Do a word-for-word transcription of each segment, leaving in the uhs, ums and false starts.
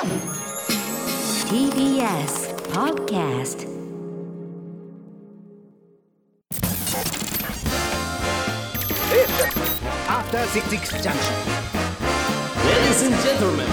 ティービーエス Podcast After Six Junction. Ladies and gentlemen.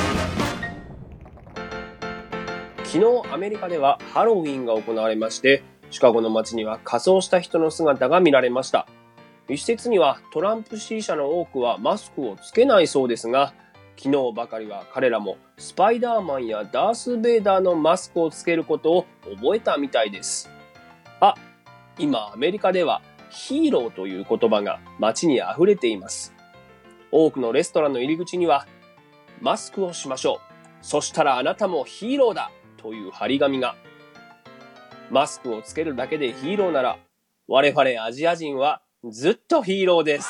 昨日アメリカではハロウィンが行われまして、シカゴの街には仮装した人の姿が見られました。一説にはトランプ支持者の多くはマスクをつけないそうですが、昨日ばかりは彼らもスパイダーマンやダース・ベイダーのマスクをつけることを覚えたみたいです。あ、今アメリカではヒーローという言葉が街にあふれています。多くのレストランの入り口にはマスクをしましょう。そしたらあなたもヒーローだという張り紙が。マスクをつけるだけでヒーローなら、我々アジア人はずっとヒーローです。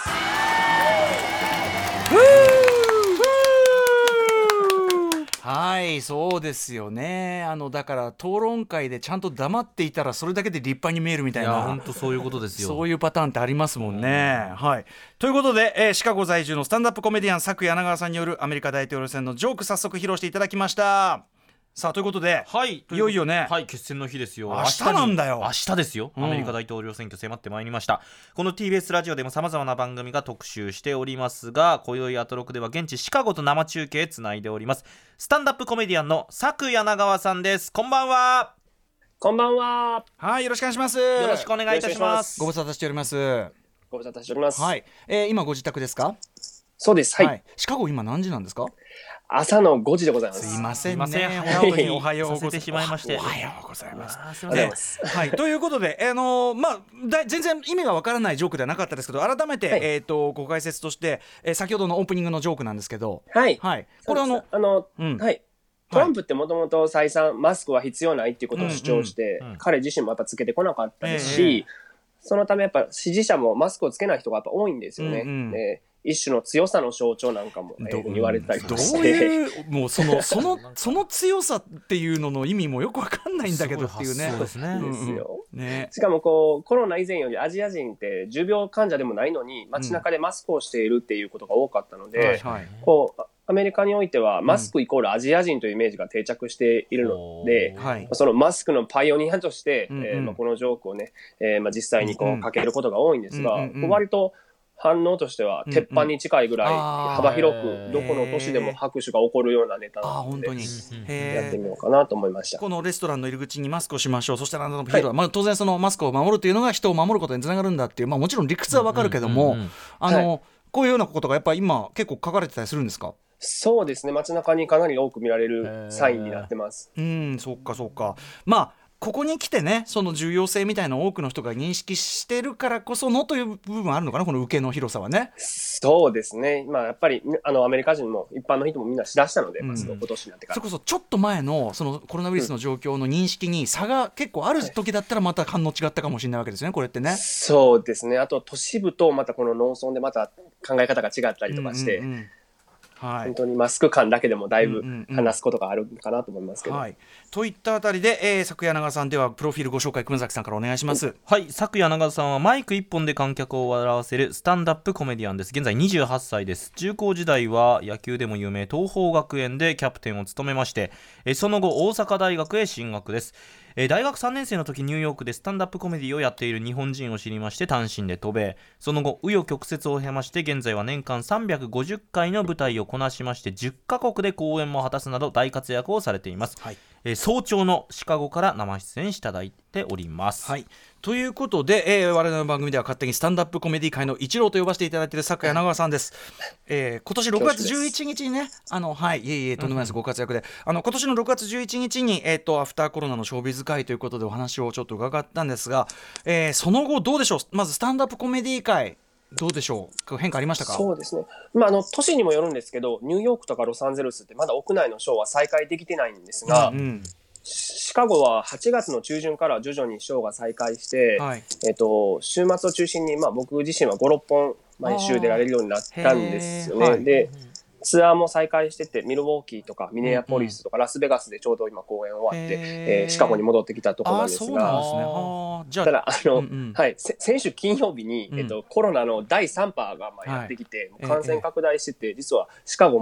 はい、そうですよね。あのだから討論会でちゃんと黙っていたらそれだけで立派に見えるみたいな。 いや本当そういうことですよ。 そういうパターンってありますもんね。はい。ということで、えー、シカゴ在住のスタンダップコメディアン佐久柳川さんによるアメリカ大統領選のジョーク、早速披露していただきました。さあということで、 はい、 いよいよね、 はい、決戦の日ですよ。 明日なんだよ。 明日ですよ、 うん、 アメリカ大統領選挙迫ってまいりました。この ティービーエス ラジオでもさまざまな番組が特集しておりますが、今宵アトロクでは現地シカゴと生中継つないでおります。スタンダップコメディアンの佐久柳川さんです。こんばんは。 こんばんは。 はい、よろしくお願いします。 よろしくお願いいたします。 ご無沙汰しております。 ご無沙汰しております。 はい、えー、今ご自宅ですか？ そうです、はい、 はい。シカゴ今何時なんですか？ 朝のごじでございます。 すいませんね。 早起きおはようございます。 させてしまいまして。 おはようございます。 すいません。 はい、ということで、あのー、まあだ全然意味がわからないジョークではなかったですけど、改めて、はい、えっ、ー、とご解説として、えー、先ほどのオープニングのジョークなんですけど、 はい、 はい、これあのあの、 うん、 はい。トランプってもともと再三マスクは必要ないっていうことを主張して、うんうん、彼自身もやっぱつけてこなかったですし、えー、そのためやっぱ支持者もマスクをつけない人がやっぱ多いんですよね。うんうん、えー一種の強さの象徴なんかも、えー、言われたりとかして、 どういうもうそのそのその強さっていうのの意味もよくわかんないんだけどっていうね。 そうですね。 ですよ。 ね。 しかもこうコロナ以前よりアジア人って重病患者でもないのに街中でマスクをしているっていうことが多かったので、うんはいはい、こうアメリカにおいてはマスクイコールアジア人というイメージが定着しているので、うん、そのマスクのパイオニアとして、うんえーまあ、このジョークをね、えーまあ、実際にこうかけることが多いんですが、うんうん、割と反応としては鉄板に近いぐらい幅広くどこの都市でも拍手が起こるようなネタなのでやってみようかなと思いました。 このレストランの入り口にマスクをしましょう、そしたらあなたもヒーロー、はいまあ、当然そのマスクを守るというのが人を守ることにつながるんだっていう、まあ、もちろん理屈はわかるけども、あの、はい、こういうようなことがやっぱり今結構書かれてたりするんですか？ そうですね、街中にかなり多く見られるサインになってます。 うんそうかそうか。まあここに来てね、その重要性みたいな多くの人が認識してるからこそのという部分あるのかな、この受けの広さはね。 そうですね、まあ、やっぱりあのアメリカ人も一般の人もみんなしだしたので、うん、今年になってからそれこそちょっと前 の, そのコロナウイルスの状況の認識に差が結構ある時だったらまた反応違ったかもしれないわけですね、これってね。 そうですね、あと都市部とまたこの農村でまた考え方が違ったりとかして、うんうんうんはい、本当にマスク感だけでもだいぶ話すことがあるかなと思いますけど、うんうんうんはい、 といったあたりで、えー、佐久柳川さんではプロフィールご紹介熊崎さんからお願いします。 はい、佐久柳川さんはマイク一本で観客を笑わせるスタンダップコメディアンです。現在にじゅうはっさいです。中高時代は野球でも有名東邦学園でキャプテンを務めまして、えー、その後大阪大学へ進学です。えー、大学さんねん生の時ニューヨークでスタンダップコメディをやっている日本人を知りまして単身で渡米、その後紆余曲折を経まして現在は年間さんびゃくごじゅっかいの舞台をこなしましてじゅっかこくで公演も果たすなど大活躍をされています、はいえー、早朝のシカゴから生出演していただいております、 はい、ということで、えー、我々の番組では勝手にスタンダップコメディ界の一郎と呼ばせていただいている佐久柳川さんです、えー、今年ろくがつじゅういちにちにねあのはいいえいえとんでもないです、うん、ご活躍であの今年のろくがつじゅういちにちに、えー、とアフターコロナのショービズ会ということでお話をちょっと伺ったんですが、えー、その後どうでしょう。まずスタンダップコメディ界どうでしょう、変化ありましたか？ そうですね、まあ、あの都市にもよるんですけどニューヨークとかロサンゼルスってまだ屋内のショーは再開できてないんですが、うんうんシカゴははちがつの中旬から徐々にショーが再開して、はいえー、と週末を中心に、まあ、僕自身はご、ろっぽん毎週出られるようになったんですよね。でツアーも再開しててミルウォーキーとかミネアポリスとかラスベガスでちょうど今公演終わって、えー、シカゴに戻ってきたところなんですが、ただあの、うんうんはい、先週金曜日に、うんえっと、コロナのだいさん波がまあやってきて、はい、感染拡大してて、実はシカゴも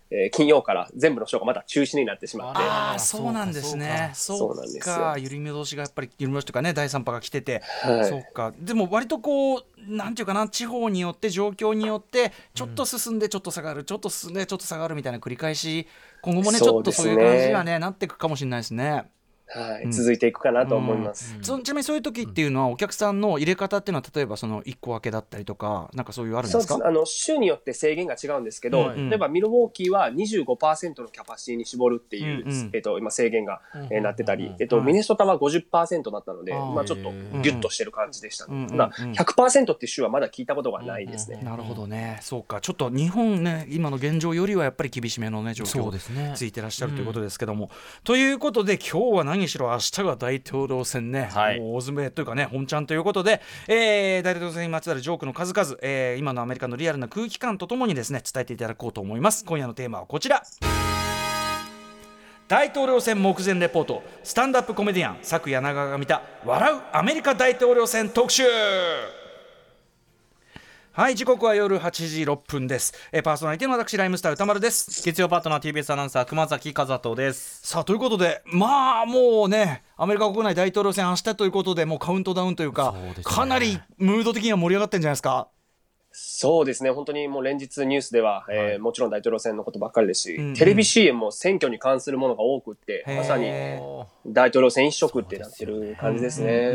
えー金曜から全部のショーがまた中止になってしまって、 ああそうなんですね。そうそうなんですか、 よ揺り戻しがやっぱり揺り戻しというかね、だいさん波が来てて、 はいそうか。でも割とこうなんていうかな、地方によって状況によってちょっと進んでちょっと下がる、ちょっと進んでちょっと下がるみたいな繰り返し、今後もねちょっとそういう感じがねなっていくかもしれないですね。 はい、 うん、 続いていくかなと思います、 うん、そちなみにそういう時っていうのはお客さんの入れ方っていうのは例えばそのいっこ分けだったりとかなんかそういうあるんですか？ そうです。あの州によって制限が違うんですけど、 うんうん、 例えばミルウォーキーは にじゅうごパーセント のキャパシティに絞るっていう、 うんうん、 えっと、今制限が、えーなってたり、 うんうんえっと、 はい、 ミネソタは ごじゅっパーセント だったので、 あまあ、ちょっとギュッとしてる感じでしたね、 うんうん、 ただ ひゃくパーセント っていう州はまだ聞いたことがないですね、 うんうん、なるほどね。そうか、ちょっと日本ね今の現状よりはやっぱり厳しめのね状況についてらっしゃるということですけども、うん、ということで今日は何しろ明日が大統領選ね、はい、もう大詰めというかね本ちゃんということで、えー、大統領選にまつわるジョークの数々、えー、今のアメリカのリアルな空気感とともにですね伝えていただこうと思います。今夜のテーマはこちら、大統領選目前レポート、スタンダップコメディアン佐久柳川が見た笑うアメリカ大統領選特集。はい、時刻は夜はちじろっぷんです。えー、パーソナリティの私ライムスター歌丸です。 月曜パートナー ティービーエス アナウンサー熊崎和人です。 さあということで、まあもうねアメリカ国内大統領選明日ということでもうカウントダウンというか、 そうですね、 かなりムード的には盛り上がってるんじゃないですか？ そうですね、本当にもう連日ニュースでは、はい、えー、もちろん大統領選のことばっかりですし、 うんうん、 テレビ シーエム も選挙に関するものが多くって、まさに大統領選一色ってなってる感じですね。 うんうんうん、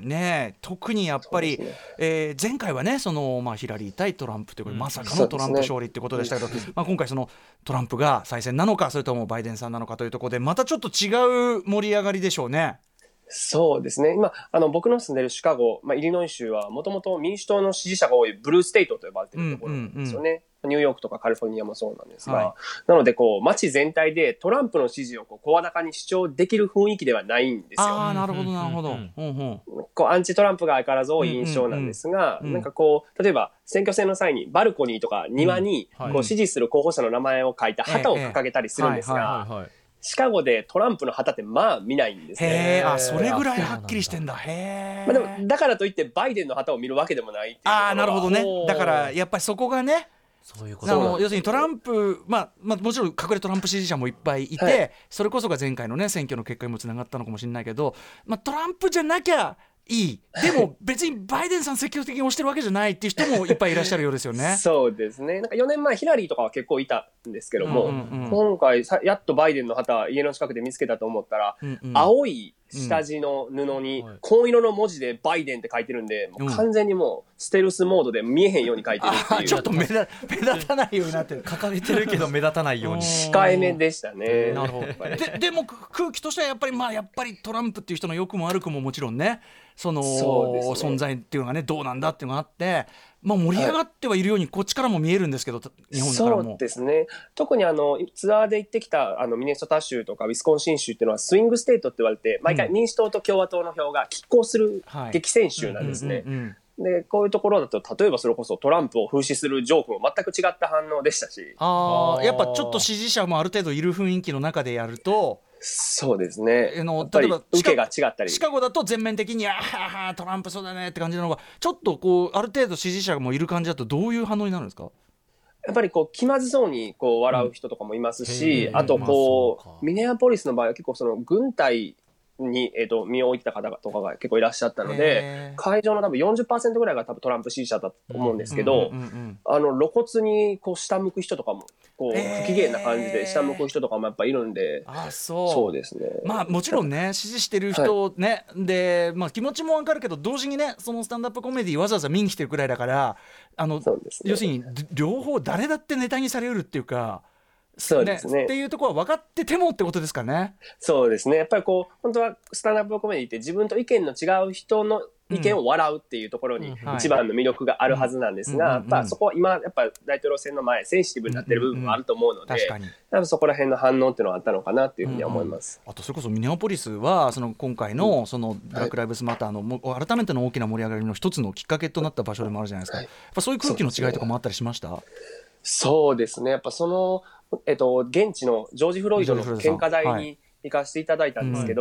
ね、特にやっぱり、ね、えー、前回はねその、まあ、ヒラリー対トランプということで、うん、まさかのトランプ勝利ってことでしたけど、ね、まあ、今回そのトランプが再選なのかそれともバイデンさんなのかというところでまたちょっと違う盛り上がりでしょうね。 そうですね、今あの僕の住んでるシカゴ、まあ、イリノイ州はもともと民主党の支持者が多いブルーステイトと呼ばれているところなんですよね、うんうんうん、ニューヨークとかカリフォルニアもそうなんですが、はい、なのでこう街全体でトランプの支持をこう声高に主張できる雰囲気ではないんですよ。 あー、なるほどなるほど、うんうん、 こうアンチトランプが相変わらず多い印象なんですが、うんうんうん、なんかこう例えば選挙戦の際にバルコニーとか庭にこう支持する候補者の名前を書いた旗を掲げたりするんですが、シカゴでトランプの旗ってまあ見ないんですね。 へー、あ、それぐらいはっきりしてんだ。へー、 まあ、でもだからといってバイデンの旗を見るわけでもないっていうところは。 あー、なるほどね。だからやっぱりそこがね、 そういうこと要するにトランプ、まあまあ、もちろん隠れトランプ支持者もいっぱいいて、はい、それこそが前回のね選挙の結果にもつながったのかもしれないけど、まあ、トランプじゃなきゃいい、でも別にバイデンさん積極的に推してるわけじゃないっていう人もいっぱいいらっしゃるようですよね。 そうですね、なんかよねんまえヒラリーとかは結構いたんですけども、 うんうんうん、 今回さやっとバイデンの旗家の近くで見つけたと思ったら、うんうん、青い下地の布に紺色の文字でバイデンって書いてるんで、もう完全にもうステルスモードで見えへんように書いてるっていう、 ちょっと目立、目立たないようになってる掲げてるけど目立たないように控えめでしたね。 なるほど。で, でも空気としてはやっぱりまあやっぱりトランプっていう人の良くも悪くももちろんね、そのそうです、ね、 存在っていうのがねどうなんだっていうのがあって、まあ、盛り上がってはいるようにこっちからも見えるんですけど、はい、日本からも。 そうですね、特にあのツアーで行ってきたあのミネソタ州とかウィスコンシン州っていうのはスイングステートって言われて毎回民主党と共和党の票が拮抗する激戦州なんですね。でこういうところだと例えばそれこそトランプを風刺するジョークも全く違った反応でしたし、 ああ、やっぱちょっと支持者もある程度いる雰囲気の中でやると、 そうですね、 あのやっぱり受けが違ったり、 シカゴだと全面的にあートランプそうだねって感じなのが、ちょっとこうある程度支持者もいる感じだとどういう反応になるんですか？ やっぱりこう気まずそうにこう笑う人とかもいますし、うん、あとこう、まあ、ミネアポリスの場合は結構その軍隊に、えー、と身を置いてた方とかが結構いらっしゃったので、会場の多分 よんじゅっパーセント ぐらいが多分トランプ支持者だと思うんですけど、あの露骨にこう下向く人とかもこう不機嫌な感じで下向く人とかもやっぱいるんで、 あ、そう、 そうですね、 まあもちろんね支持してる人ね、はい、で、まあ、気持ちも分かるけど同時にねそのスタンダップコメディわざわざ見に来てるくらいだから、あの、そうですね、要するに両方誰だってネタにされうるっていうか、 そうですね、 っていうところは分かっててもってことですかね。 そうですね、やっぱりこう本当はスタンダップコメディって自分と意見の違う人の意見を笑うっていうところに一番の魅力があるはずなんですが、やっぱそこは今やっぱ大統領選の前センシティブになってる部分もあると思うので、確かに多分そこら辺の反応っていうのはあったのかなっていうふうには思います、 うんうん、あとそれこそミネアポリスはその今回のそのブラックライブスマターの、はい、改めての大きな盛り上がりの一つのきっかけとなった場所でもあるじゃないですか、はい、やっぱそういう空気の違いとかもあったりしました？ そうですね、やっぱその、えっと、現地のジョージ・フロイドの献花台に行かせていただいたんですけど、はい、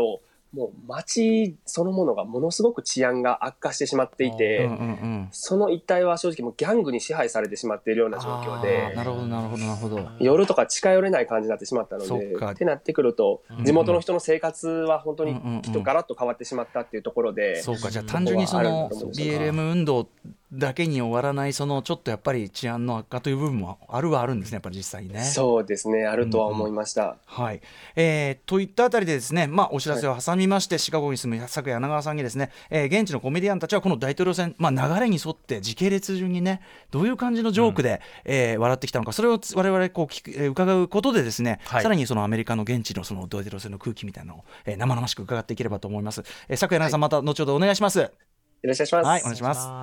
もう街そのものがものすごく治安が悪化してしまっていて、 うんうんうん、 その一帯は正直もうギャングに支配されてしまっているような状況で、 なるほどなるほどなるほど、 夜とか近寄れない感じになってしまったので、ってなってくると、うんうん、地元の人の生活は本当にきっとガラッと変わってしまったっていうところで、うんうんうん、 そうか、じゃあ単純にその ビーエルエム 運動だけに終わらない、そのちょっとやっぱり治安の悪化という部分もあるはあるんですね、やっぱり実際にね。 そうですね、あるとは思いました。うんうん、 はい、えー、といったあたりでですね、まあ、お知らせを挟みまして、はい、シカゴに住む昨夜柳川さんにですね、えー、現地のコメディアンたちはこの大統領選、まあ、流れに沿って時系列順にね、どういう感じのジョークで、うん、えー、笑ってきたのか、それを我々こう聞く、えー、伺うことでですね、はい、さらにそのアメリカの現地のその大統領選の空気みたいなのを、えー、生々しく伺っていければと思います。えー、昨夜柳川さん、また後ほどお願いします。 よろしくお願いします。 はい、お願いします。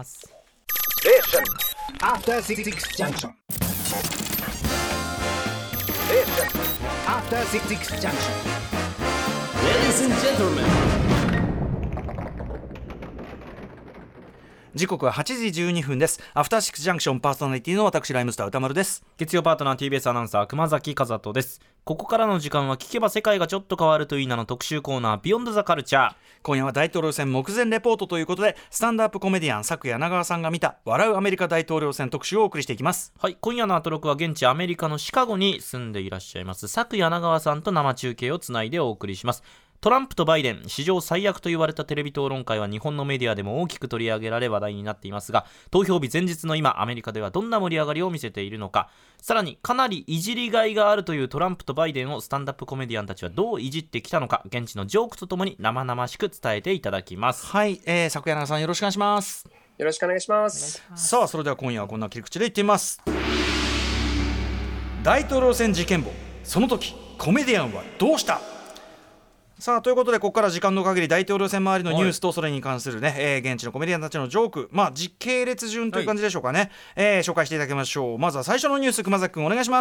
After Six Junction. After Six Junction. Ladies and gentlemen. 時刻ははちじじゅうにふんです。アフターシックスジャンクションパーソナリティの私ライムスター歌丸です。 月曜パートナー ティービーエス アナウンサー熊崎和人です。ここからの時間は聞けば世界がちょっと変わるといいなの特集コーナービヨンドザカルチャー。 今夜は大統領選目前レポートということで、スタンドアップコメディアン昨夜柳川さんが見た笑うアメリカ大統領選特集をお送りしていきます。 はい、今夜のアトロクは現地アメリカのシカゴに住んでいらっしゃいます昨夜柳川さんと生中継をつないでお送りします。トランプとバイデン、史上最悪と言われたテレビ討論会は日本のメディアでも大きく取り上げられ話題になっていますが、投票日前日の今、アメリカではどんな盛り上がりを見せているのか、さらにかなりいじりがいがあるというトランプとバイデンをスタンダップコメディアンたちはどういじってきたのか、現地のジョークとともに生々しく伝えていただきます。 はい、えー、昨夜柳さんよろしくお願いします。 よろしくお願いします。 さあ、それでは今夜はこんな切り口でいってみます。大統領選事件簿、その時コメディアンはどうした。さあということで、ここから時間の限り大統領選周りのニュースとそれに関するね、えー、現地のコメディアンたちのジョーク、まあ時系列順という感じでしょうかね、はい、えー、紹介していただきましょう。まずは最初のニュース、熊崎くんお願いします。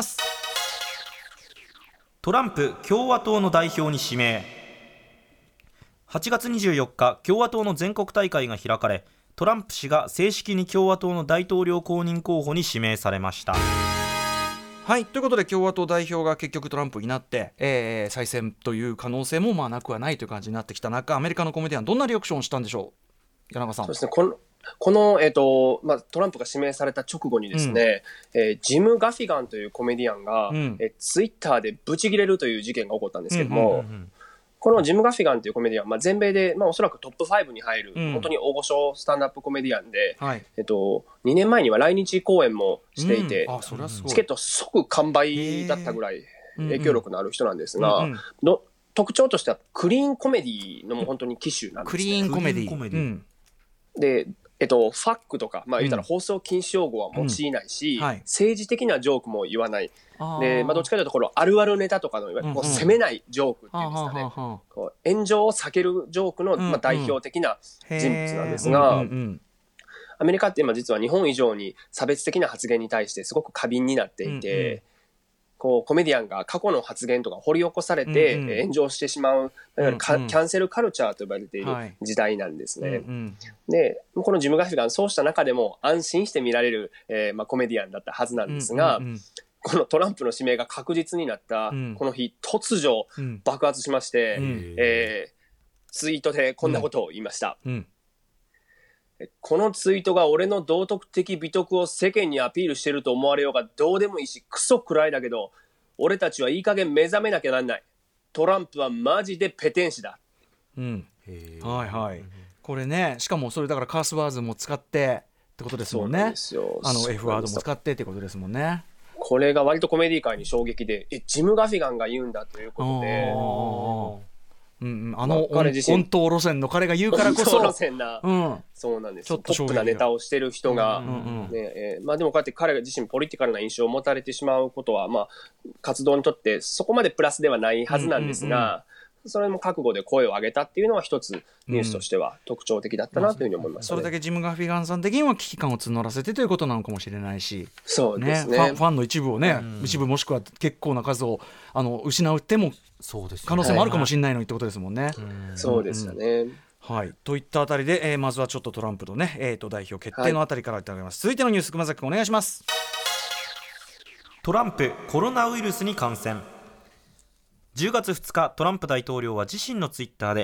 トランプ共和党の代表に指名。はちがつにじゅうよっか、共和党の全国大会が開かれ、トランプ氏が正式に共和党の大統領公認候補に指名されました。 はい、ということで共和党代表が結局トランプになって、えー、再選という可能性もまあなくはないという感じになってきた中、アメリカのコメディアンどんなリアクションをしたんでしょう、柳川さん。 そうですね、このこの、えーとまあ、トランプが指名された直後にですね、うん、えー、ジム・ガフィガンというコメディアンが、うん、えー、ツイッターでブチギレるという事件が起こったんですけども、うんうんうんうん、このジム・ガフィガンというコメディアン、まあ、全米で、まあ、おそらくトップファイブに入る、うん、本当に大御所スタンダップコメディアンで、はい、えっと、にねんまえには来日公演もしていて、うん、あ、それはすごい。チケット即完売だったぐらい影響力のある人なんですが、うんうん、の特徴としてはクリーンコメディのも本当に機種なんですね。 クリーンコメディ、うん、 で、えっと、ファックとか、まあ、言ったら放送禁止用語は用いないし、うん、はい、政治的なジョークも言わない。で、まあ、どっちかというところあるあるネタとかのいわゆるこう責めないジョークっていうんですかね、うんうん、こう炎上を避けるジョークの、まあ、代表的な人物なんですが、うんうん、アメリカって今実は日本以上に差別的な発言に対してすごく過敏になっていて、うんうん、こうコメディアンが過去の発言とか掘り起こされて、うんうん、炎上してしまう、いわゆるキャンセルカルチャーと呼ばれている時代なんですね、はい、うんうん、でこのジム・ガフィガン、そうした中でも安心して見られる、えーまあ、コメディアンだったはずなんですが、うんうんうん、このトランプの指名が確実になったこの日、うん、突如爆発しまして、うん、えー、ツイートでこんなことを言いました、うんうん、このツイートが俺の道徳的美徳を世間にアピールしてると思われようがどうでもいいし、クソ暗いだけど俺たちはいい加減目覚めなきゃなんない。トランプはマジでペテン師だ、 うん、へー、はいはい、これね、しかもそれだからカースワーズも使ってってことですもんね。そうなんですよ。あの F ワードも使ってってことですもんね。 これが割とコメディ界に衝撃で、えジム・ガフィガンが言うんだということで、 うんうん、あの本当路線の彼が言うからこそ路線な、うん、そうなんですよ。ポップなネタをしてる人が、うんうんうん、ね、えーまあ、でもこうやって彼が自身ポリティカルな印象を持たれてしまうことは、まあ、活動にとってそこまでプラスではないはずなんですが、うんうんうん、それも覚悟で声を上げたっていうのは一つニュースとしては特徴的だったなというふうに思います、ね、 それだけジム・ガフィガンさん的には危機感を募らせてということなのかもしれないし、 そうですね、 ね、ファン、ファンの一部をね、うん、一部もしくは結構な数をあの失うっても可能性もあるかもしれないのにってことですもんね。 そうですよね、うん、 はい、といったあたりで、えー、まずはちょっとトランプとね、えー、と代表決定のあたりからいただきます、はい、続いてのニュース、熊崎君お願いします。 トランプコロナウイルスに感染。じゅうがつふつか、トランプ大統領は自身のツイッターで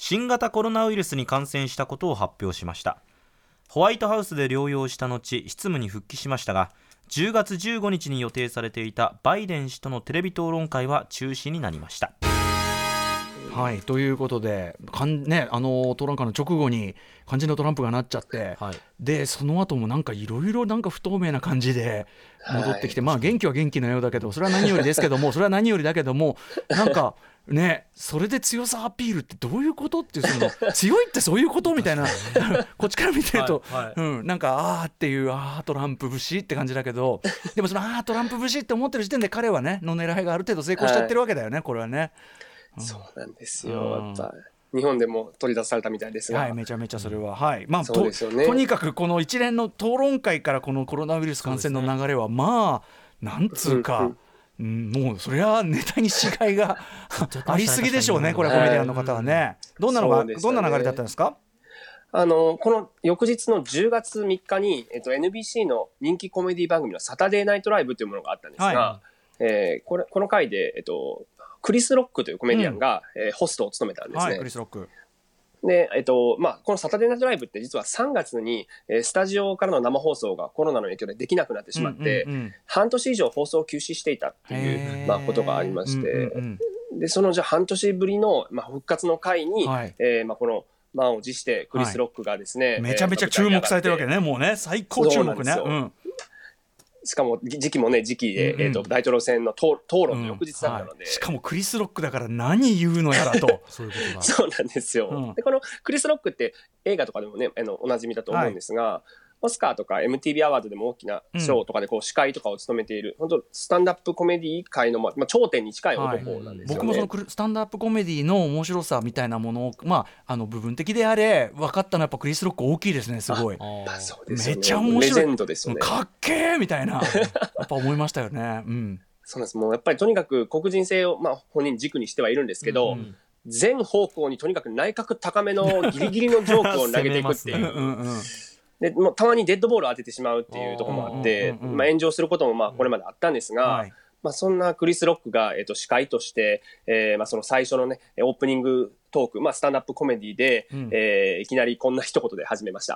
新型コロナウイルスに感染したことを発表しました。ホワイトハウスで療養した後、執務に復帰しましたが、じゅうがつじゅうごにちに予定されていたバイデン氏とのテレビ討論会は中止になりました。 はい、ということでかん、ね、あの討論会の直後に肝心のトランプがなっちゃって、はい、でその後もなんかいろいろなんか不透明な感じで戻ってきて、はい、まあ元気は元気なようだけどそれは何よりですけどもそれは何よりだけどもなんかね、それで強さアピールってどういうことっていうその強いってそういうことみたいなこっちから見てると、はいはい、うん、なんかあーっていうあートランプ節って感じだけどでもそのあートランプ節って思ってる時点で彼はねの狙いがある程度成功しちゃってるわけだよね、はい、これはね。 そうなんですよ、やっぱ日本でも取り出されたみたいですが、 はい、めちゃめちゃそれは、はい、まあ、そうですよね、と、とにかくこの一連の討論会からこのコロナウイルス感染の流れは、ね、まあなんつうか、うん、もうそれはネタにしがいがありすぎでしょうね、これはコメディアンの方はね、はい、どんなのが、ね、どんな流れだったんですか。 あのこの翌日のじゅうがつみっかに、えっと、エヌビーシー の人気コメディ番組のサタデーナイトライブというものがあったんですが、はい、えー、これこの回で、えっとクリス・ロックというコメディアンが、うん、えー、ホストを務めたんですね。 はい、クリス・ロックで、えっとまあ、このサタデーナイトライブって実はさんがつに、えー、スタジオからの生放送がコロナの影響でできなくなってしまって、うんうんうん、半年以上放送を休止していたっていう、まあ、ことがありまして、うんうんうん、でそのじゃ半年ぶりの、まあ、復活の回に、はい、えーまあ、この満を持してクリス・ロックがですね、 はい、めちゃめちゃ注目されてるわけね、もうね最高注目ね。 しかも時期もね時期で、うんうん、えー、と大統領選の討論の翌日だったので、うん、はい、 しかもクリス・ロックだから何言うのやらとそういうことがそうなんですよ、うん、でこのクリス・ロックって映画とかでもねあのおなじみだと思うんですが、はい、オスカーとか エムティービー アワードでも大きな賞とかでこう司会とかを務めている、うん、本当スタンダップコメディ界の、まあ、頂点に近い男なんですよね、はい、 僕もそのスタンダップコメディの面白さみたいなものを、まあ、あの部分的であれ分かったのはやっぱクリス・ロック大きいですね、すごい。 あそうですよね、 めちゃ面白い、 レジェンドですよね、 かっけーみたいなやっぱ思いましたよね、うん、 そうなんです。もうやっぱりとにかく黒人性を、まあ、本人軸にしてはいるんですけど、うん、全方向にとにかく内角高めのギリギリのジョークを投げていくっていう、うんうん、でもうたまにデッドボールを当ててしまうっていうところもあって、うんうんうん、まあ、炎上することもまあこれまであったんですが、はい、まあ、そんなクリス・ロックが、えー、と司会として、えーまあ、その最初のねオープニングトーク、まあ、スタンダップコメディで、うん、えー、いきなりこんな一言で始めました。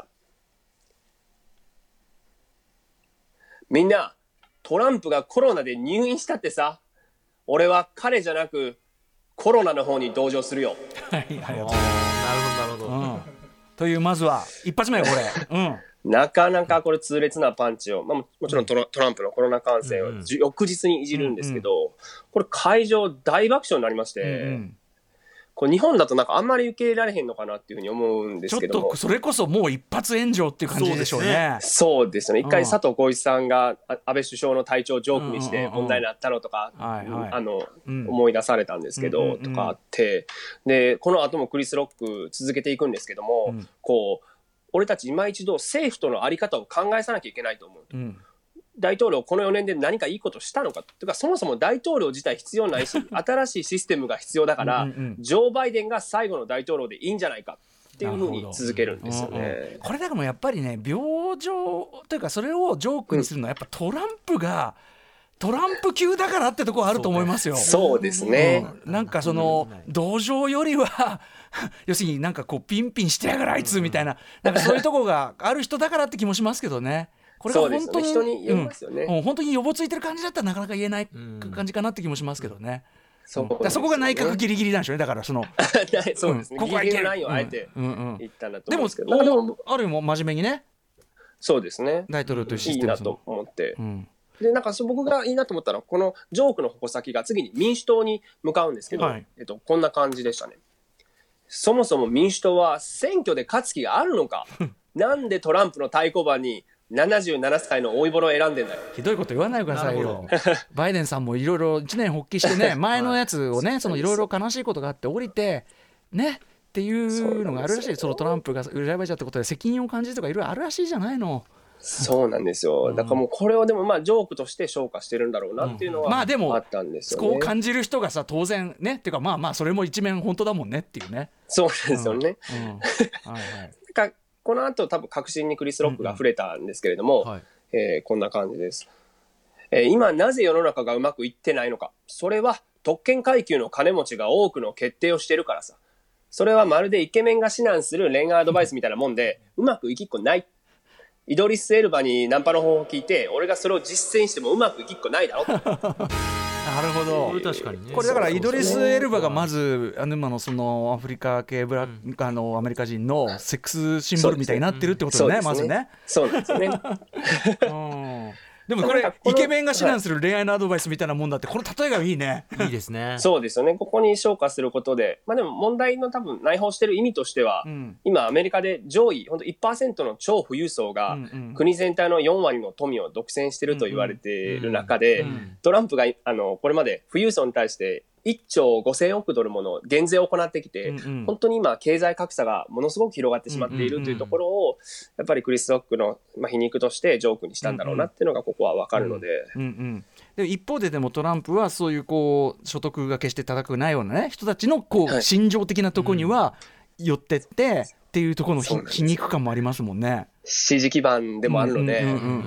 みんなトランプがコロナで入院したってさ、俺は彼じゃなくコロナの方に同情するよ。 はい、ありがとう。なるほどなるほど、うん、というまずは一発目よこれ、 うん、なかなかこれ痛烈なパンチを、まあ、もちろんトラ、トランプのコロナ感染を、うん、翌日にいじるんですけど、うんうん、これ会場大爆笑になりまして、うんうん、これ日本だとなんかあんまり受け入れられへんのかなっていうふうに思うんですけども、 ちょっとそれこそもう一発炎上っていう感じでしょうね。 そうですね。一回佐藤浩市さんが安倍首相の体調をジョークにして問題になったのとか、あの、うん、思い出されたんですけど、うんうんうん、とかあって、でこの後もクリス・ロック続けていくんですけども、うん、こう俺たち今一度政府との在り方を考えさなきゃいけないと思う、うん、大統領このよねんで何かいいことしたのかというか、そもそも大統領自体必要ないし新しいシステムが必要だからうん、うん、ジョー・バイデンが最後の大統領でいいんじゃないかっていうふうに続けるんですよね、うんうん、 これだからもやっぱりね病状というかそれをジョークにするのはやっぱトランプが、うん、トランプ級だからってところあると思いますよ。 そうですね、 うん、なんかその同情よりは要するになんかこうピンピンしてやがるあいつみたいな、なんかそういうところがある人だからって気もしますけどね。これが本当に、 そうですね、人によりますよね、 うん、本当に予防ついてる感じだったらなかなか言えない感じかなって気もしますけどね。そうですね、だそこが内角ギリギリなんでしょうね。だからそのそうですね、うん、ここはいけないよあえて言ったんだと思うんですけど、 でも、でもある意味真面目にね、 そうですね、 大統領というシステムいいなと思って、うん、でなんか僕がいいなと思ったのはこのジョークの矛先が次に民主党に向かうんですけど、はい、えっと、こんな感じでしたね。そもそも民主党は選挙で勝つ気があるのかなんでトランプの対抗馬にななじゅうななさいの老いぼろを選んでんだよ。 ひどいこと言わないでくださいよ。バイデンさんもいろいろ一年発起してね前のやつをね、そのいろいろ悲しいことがあって降りてねっていうのがあるらしい。そのトランプが裏切っちゃったことで責任を感じるとかいろいろあるらしいじゃないの。 そうなんですよ。だからもうこれをでもまあジョークとして消化してるんだろうなっていうのはあったんですよね。 こう感じる人がさ当然ねっていうか、まあまあそれも一面本当だもんねっていうね。 そうですよね、うんうんはいはい、この後多分確信にクリス・ロックが触れたんですけれども、うんうんはい、えー、こんな感じです、えー、今なぜ世の中がうまくいってないのか、それは特権階級の金持ちが多くの決定をしてるからさ。 それはまるでイケメンが指南する恋愛アドバイスみたいなもんで、うまくいきっこない。イドリス・エルバにナンパの方法を聞いて、俺がそれを実践してもうまくいきっこないだろなるほど。 これ確かにね。 これだからイドリス・エルバがまずあの今のそのアフリカ系ブラ、うん、あのアメリカ人のセックスシンボルみたいになってるってことだね、まずね。 そうなんですよね。 うんでもこれイケメンが指南する恋愛のアドバイスみたいなもんだって、この例えがいいね。 いいですね。 そうですよね。ここに昇華することで、まあでも問題の多分内包してる意味としては、うん、今アメリカで上位本当 いちパーセント の超富裕層が国全体のよんわりの富を独占してると言われている中で、トランプがあのこれまで富裕層に対していっちょうごせんおくドルもの減税を行ってきて、うんうん、本当に今経済格差がものすごく広がってしまっているというところを、やっぱりクリス・ロックの、まあ、皮肉としてジョークにしたんだろうなっていうのがここは分かるので、 うんうんうん、で一方ででもトランプはそういうこう所得が決して高くないような、ね、人たちのこう、はい、心情的なところには寄ってって、うん、っていうところの皮肉感もありますもんね。 支持基盤でもあるので、うんうんうんうん、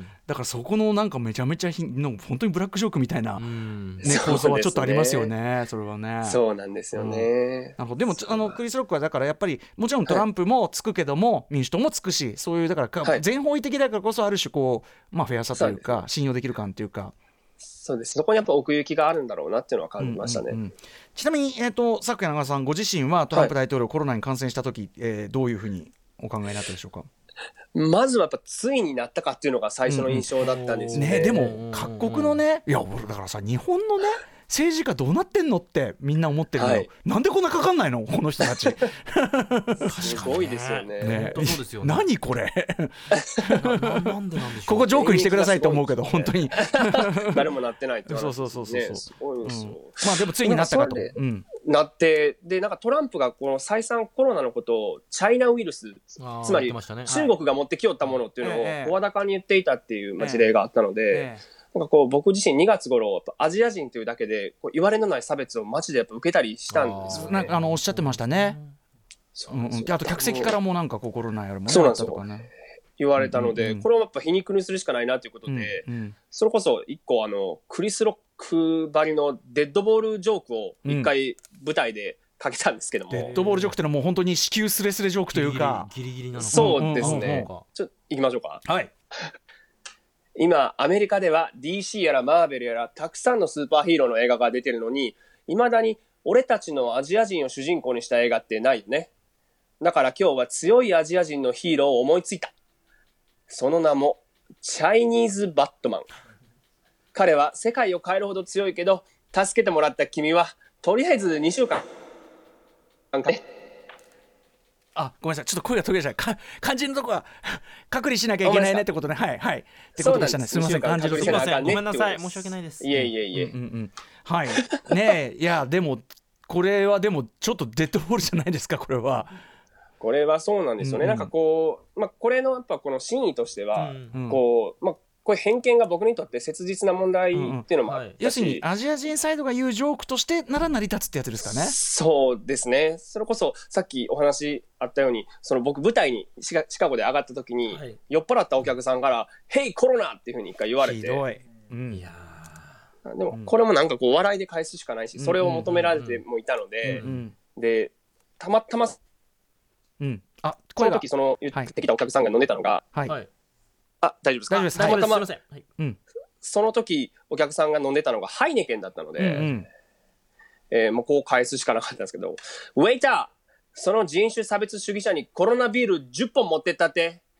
だからそこのなんかめちゃめちゃひの本当にブラックジョークみたいな、ね、構想はちょっとありますよね。それはね。 そうなんですよね。 うん、なるほど。でもあのクリス・ロックはだからやっぱりもちろんトランプもつくけども、はい、民主党もつくし、そういうだから、はい、全方位的だからこそある種こう、まあ、フェアさというか、ね、信用できる感というか。 そうです。そこにやっぱ奥行きがあるんだろうなっていうのは感じましたね。 うんうんうん、ちなみに、えーと、昨夜長さんご自身はトランプ大統領、はい、コロナに感染した時、えー、どういうふうにお考えになったでしょうか。 まずはやっぱついになったかっていうのが最初の印象だったんですよね。 うんうん、ねでも各国のね、いや俺だからさ日本のね政治家どうなってんのってみんな思ってるの、はい、なんでこんなかかんないのこの人たちすごいですよね。 ね本当そうですよね。 何これな, なんでなんでしょう。 ここジョークにしてくださいと思うけど、ね、本当に誰もなってないって話、 ね、そうそうそうそう、 すごいですよ、うん、 まあでもついになったかと、うん、 なってでなんかトランプがこの再三コロナのことをチャイナウイルス、つまり、ね、中国が持ってきよったものっていうのを声高に言っていたっていう、まあ、事例があったので、ええええなんかこう僕自身にがつ頃アジア人というだけでこう言われのない差別を街でやっぱ受けたりしたんですよね。 なんかあのおっしゃってましたね。うんうん、あと客席からもなんかコロナやるものだったとかね言われたので、うんうんうん、これをやっぱ皮肉にするしかないなということで、うんうん、それこそ一個あのクリス・ロックばりのデッドボールジョークを一回舞台でかけたんですけども、 うん、デッドボールジョークってのはもう本当に至急スレスレジョークというかギリギリなのか。 そうですね、うんうんうん、ちょっと行きましょうか。 はい今アメリカでは ディーシー やらマーベルやらたくさんのスーパーヒーローの映画が出てるのに、未だに俺たちのアジア人を主人公にした映画ってないよね。だから今日は強いアジア人のヒーローを思いついた。その名もチャイニーズバットマン。彼は世界を変えるほど強いけど、助けてもらった君はとりあえずにしゅうかんなんかね。 あ、ごめんなさい、ちょっと声が途切れちゃう。か肝心のとこは隔離しなきゃいけないねってことね。はいはいってことでしたね。すみません、肝心のとこすみません、ごめんなさい、申し訳ないです。 いえいえいえ、 うんうんうん、はいねえいやでもこれはでもちょっとデッドボールじゃないですか。これはこれはそうなんですよね、うんうん、なんかこう、まあ、これのやっぱこの真意としては、うんうん、こうまあこれ偏見が僕にとって切実な問題っていうのもあったし、うんうんはい、 要するにアジア人サイドが言うジョークとしてなら成り立つってやつですかね。 そうですね。それこそさっきお話あったように、その僕舞台にシ カ, シカゴで上がった時に、はい、酔っ払ったお客さんから「ヘイコロナ!」っていうふうに一回言われて、 ひどい、うん、 いやでもこれもなんかこう笑いで返すしかないし、それを求められてもいたので、うんうん、でたまたま、うん、あこの時その言ってきたお客さんが飲んでたのが、はいはいあ大丈夫ですか。 大丈夫です。 たまたま、 はいうん、その時お客さんが飲んでたのがハイネケンだったので、うんうんえー、もうこう返すしかなかったんですけど、ウェイターその人種差別主義者にコロナビールじゅっぽん持ってったって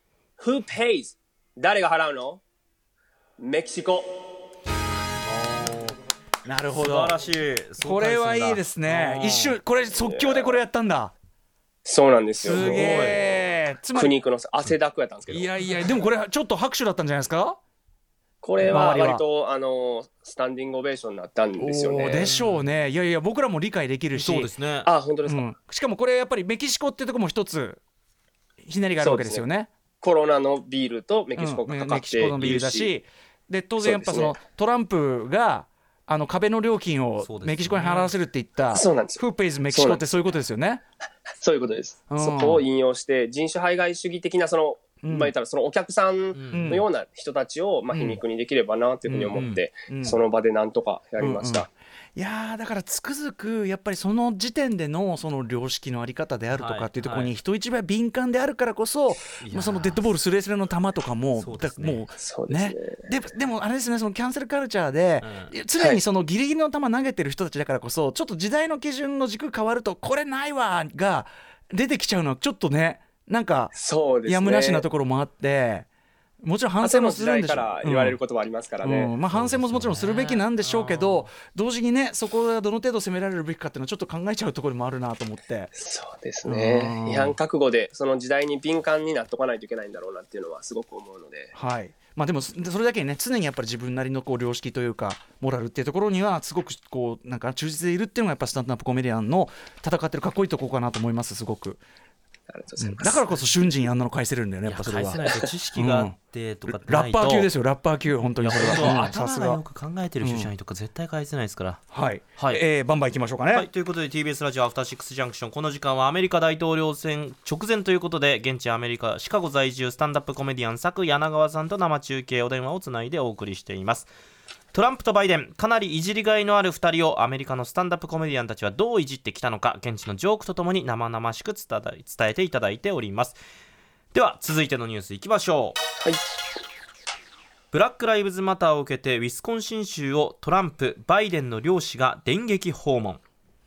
Who pays 誰が払うの。メキシコ。 なるほど、 素晴らしい。 これはいいですね。一瞬これ即興でこれやったんだ。 そうなんですよ。 すげえ。 つまり苦肉の汗だくやったんですけど、 いやいやでもこれちょっと拍手だったんじゃないですか。 これは割とあのスタンディングオベーションになったんですよね。 でしょうね。いやいや僕らも理解できるし。 そうですね。 あ本当ですか、うん、 しかもこれやっぱりメキシコっていうところも一つひねりがあるわけですよ ね, ねコロナのビールとメキシコがかかっているし、うん、メキシコのビールだし、 で当然やっぱそのトランプがあの壁の料金をメキシコに払わせるって言ったそうなんですよ。 Who pays メキシコってそういうことですよね。 そういうことです、うん、そこを引用して人種排外主義的なその、うんまあ、言ったらそのお客さんのような人たちをまあ皮肉にできればなというふうに思って、うんうん、その場でなんとかやりました、うんうん、 いやだからつくづくやっぱりその時点でのその良識のあり方であるとかっていうところに人一倍敏感であるからこそ、はいまあ、そのデッドボールスレスレの球とかもそうですねもうそうですねででもあれですねそのキャンセルカルチャーで、うん、常にそのギリギリの球投げてる人たちだからこそちょっと時代の基準の軸変わるとこれないわが出てきちゃうのはちょっとねなんかやむなしなところもあって。もちろん反省もするんでしょう。 から言われることもありますからね、 うんうんまあ、反省ももちろんするべきなんでしょうけど、同時にねそこがどの程度責められるべきかっていうのはちょっと考えちゃうところもあるなと思って。 そうですね、違反覚悟でその時代に敏感になっとかないといけないんだろうなっていうのはすごく思うので、 はいまあ、でもそれだけにね常にやっぱり自分なりのこう良識というかモラルっていうところにはすごくこうなんか忠実でいるっていうのがやっぱスタンドアップコメディアンの戦ってるかっこいいところかなと思いますすごく。 ありがとうございます。 だからこそ瞬時にあんなの返せるんだよねやっぱそれは。 返せないと知識があってとかってないと、 うん、ラッパー級ですよラッパー級本当にそれは、 うん、頭がよく考えてる主社員とか絶対返せないですから、 うん、はい、 はいえー、バンバンいきましょうかね、 はい、ということで ティービーエス ラジオアフターシックスジャンクションこの時間はアメリカ大統領選直前ということで現地アメリカシカゴ在住スタンダップコメディアン佐久柳川さんと生中継お電話をつないでお送りしています。トランプとバイデンかなりいじりがいのあるふたりをアメリカのスタンダップコメディアンたちはどういじってきたのか現地のジョークとともに生々しく伝えていただいております。では続いてのニュースいきましょう。はい、ブラックライブズマターを受けてウィスコンシン州をトランプバイデンの両氏が電撃訪問。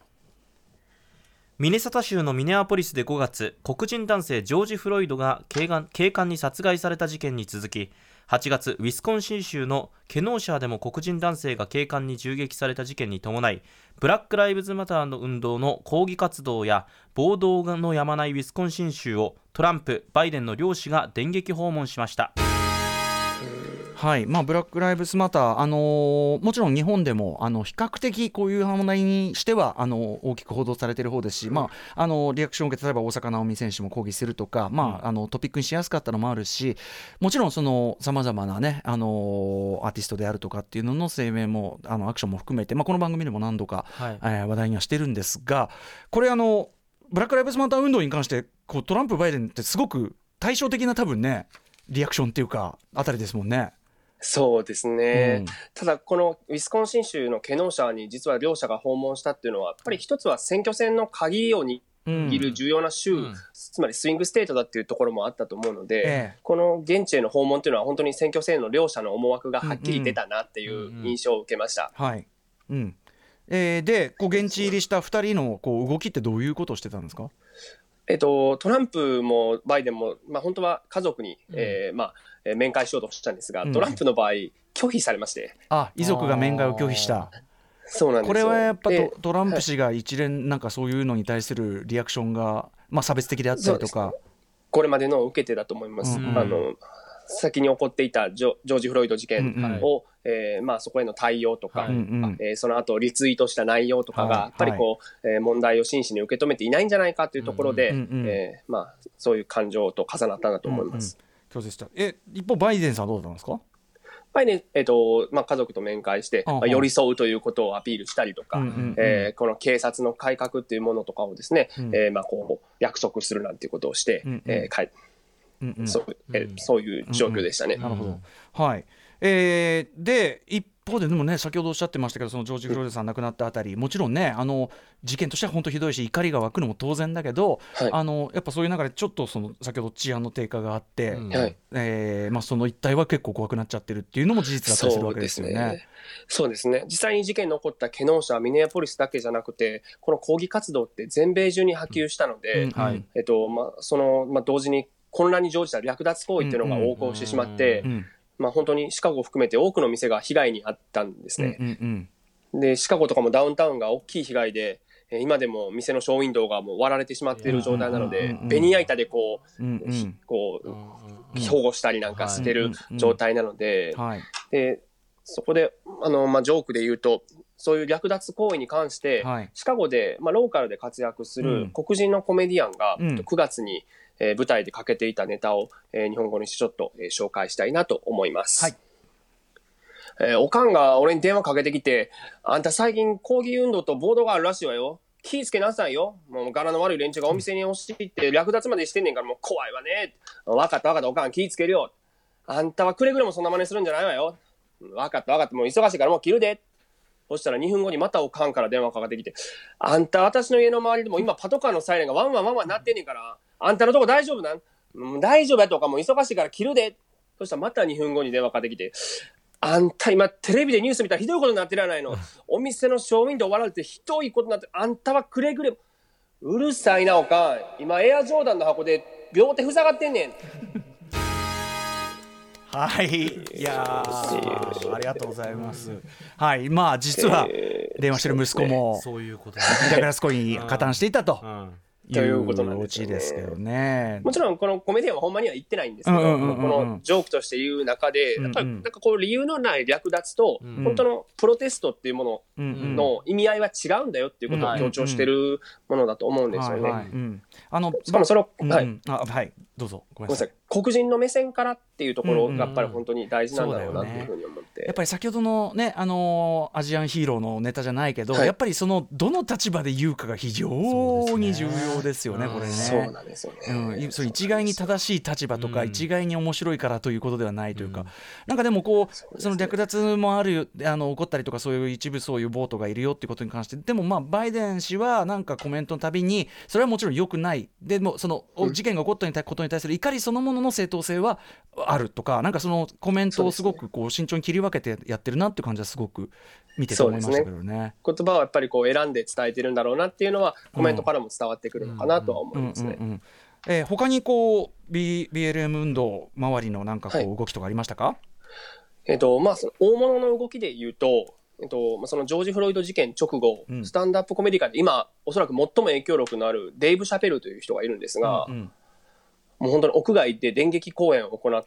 ミネソタ州のミネアポリスでごがつ黒人男性ジョージ・フロイドが警官、警官に殺害された事件に続きはちがつウィスコンシン州のケノーシャーでも黒人男性が警官に銃撃された事件に伴いブラックライブズマターの運動の抗議活動や暴動のやまないウィスコンシン州をトランプ・バイデンの両氏が電撃訪問しました。 はいまあ、ブラックライブスマター、あのー、もちろん日本でもあの比較的こういう問題にしてはあの大きく報道されている方ですし、まあ、あのリアクションを受けて例えば大坂なおみ選手も抗議するとか、まあ、あのトピックにしやすかったのもあるしもちろんさまざまな、ねあのー、アーティストであるとかっていうのの声明もあのアクションも含めて、まあ、この番組でも何度か、はいえー、話題にはしてるんですがこれあのブラックライブスマター運動に関してこうトランプ・バイデンってすごく対照的な多分ねリアクションっていうかあたりですもんね。 そうですね、 うん、 ただこのウィスコンシン州のケノーシャーに実は両者が訪問したっていうのはやっぱり一つは選挙戦の鍵を握る重要な州、うん、つまりスイングステートだっていうところもあったと思うので、ええ、この現地への訪問っていうのは本当に選挙戦の両者の思惑がはっきり出たなっていう印象を受けました。 はい、うんえー、でこう現地入りしたふたりのこう動きってどういうことをしてたんですか？ えっと、トランプもバイデンも、まあ、本当は家族に、うんえーまあ、面会しようとしたんですが、うん、トランプの場合拒否されまして、 あ遺族が面会を拒否した。 そうなんですよ。 これはやっぱトトランプ氏が一連なんかそういうのに対するリアクションが、まあ、差別的であったりとか、 これまでの受けてだと思います、うんうん、あの先に起こっていたジ ョ, ジョージ・フロイド事件を、うんうんえーまあ、そこへの対応とか、はいえー、その後リツイートした内容とかが、はい、やっぱりこう、えー、問題を真摯に受け止めていないんじゃないかというところで、うんうんえーまあ、そういう感情と重なったんだと思います、 うんうん、したえ一方バイデンさんはどうだったんですか？ バイデン、えーとまあ、家族と面会して、まあ、寄り添うということをアピールしたりとか、うんうんうんえー、この警察の改革というものとかをですね、うんえーまあ、こう約束するなんていうことをして、うんうんえーかいうんうんそうえー、そういう状況でしたね、うんうん、 なるほど、はいえー、で一方ででもね先ほどおっしゃってましたけどそのジョージ・フロイドさん亡くなったあたり、うん、もちろんねあの事件としては本当ひどいし怒りが湧くのも当然だけど、はい、あのやっぱそういう中でちょっとその先ほど治安の低下があって、うんえーまあ、その一帯は結構怖くなっちゃってるっていうのも事実だったりするわけですよね。 そうですね。実際に事件の起こったケノーシャ、ミネアポリスだけじゃなくてこの抗議活動って全米中に波及したので、うんはいえっとまあそのまあ、同時に混乱に乗じた略奪行為というのが横行してしまって、うんうんまあ、本当にシカゴを含めて多くの店が被害に遭ったんですね、うんうんうん、でシカゴとかもダウンタウンが大きい被害で今でも店のショーウィンドウがもう割られてしまっている状態なので、ベニヤ板でこう、うんうん、こう保護したりなんかしてる状態なので、はい、でそこであの、まあ、ジョークで言うとそういう略奪行為に関して、はい、シカゴで、まあ、ローカルで活躍する黒人のコメディアンがくがつに、えー、舞台でかけていたネタを、えー、日本語にしてちょっと、えー、紹介したいなと思います、はいえー、おかんが俺に電話かけてきて、あんた最近抗議運動と暴動があるらしいわよ、気ぃつけなさいよ、もう柄の悪い連中がお店に押し入って略奪までしてんねんからもう怖いわね、分かった分かったおかん気ぃつけるよ、あんたはくれぐれもそんな真似するんじゃないわよ、分かった分かったもう忙しいからもう切るで、 そしたらにふんごにまたおかんから電話かかってきて、あんた私の家の周りでも今パトカーのサイレンがワンワンワンワン鳴ってんねんから、あんたのとこ大丈夫なん、うん、大丈夫やとかもう忙しいから切るで。そしたらまたにふんごに電話かかってきて、あんた今テレビでニュース見たらひどいことになってるやないの。お店のショーウィンドウ割られてひどいことになってる。あんたはくれぐれも。うるさいなおかん。今エアジョーダンの箱で両手塞がってんねん。 はい、いやーありがとうございます。はい、まあ実は電話してる息子もそういうことだからそこに加担していたと。 うんということなんおですよね。 家ですけどね。 もちろんこのコメディアンはほんまには言ってないんですけど、 うんうんうんうん、 このジョークとして言う中で、やっぱりなんかこう理由のない略奪と、うん、本当のプロテストっていうものの意味合いは違うんだよっていうことを強調してるものだと思うんですよね。 あのしかもそれを、 うんうん、 はい、 あはいどうぞごめんなさい。 黒人の目線からっていうところがやっぱり本当に大事なんだろうなというふうに思って、うんうんね、 やっぱり先ほどのね、あのー、アジアンヒーローのネタじゃないけど、はい、やっぱりそのどの立場で言うかが非常に重要ですよね、これね。 そうなんですよね、 うん、それ一概に正しい立場とか、うん、一概に面白いからということではないというか、うん、なんかでもこう そ, その略奪もあるあの起こったりとかそういう一部そういう暴徒がいるよっていうことに関してでもまあバイデン氏はなんかコメントのたびにそれはもちろん良くないでもその事件が起こったことに対する怒りそのものの正当性はあるとかなんかそのコメントをすごくこう慎重に切り分けてやってるなっていう感じはすごく見てて思いましたけど ね, ね言葉はやっぱりこう選んで伝えてるんだろうなっていうのはコメントからも伝わってくるのかなとは思いますね。 えー、他にこう B、ビーエルエム 運動周りのなんかこう動きとかありましたか？はい、 えーとまあ、その大物の動きで言うと、えーとまあ、そのジョージ・フロイド事件直後、うん、スタンダップコメディ界で今おそらく最も影響力のあるデイブ・シャペルという人がいるんですが、うんうん、もう本当に屋外で電撃公演を行って、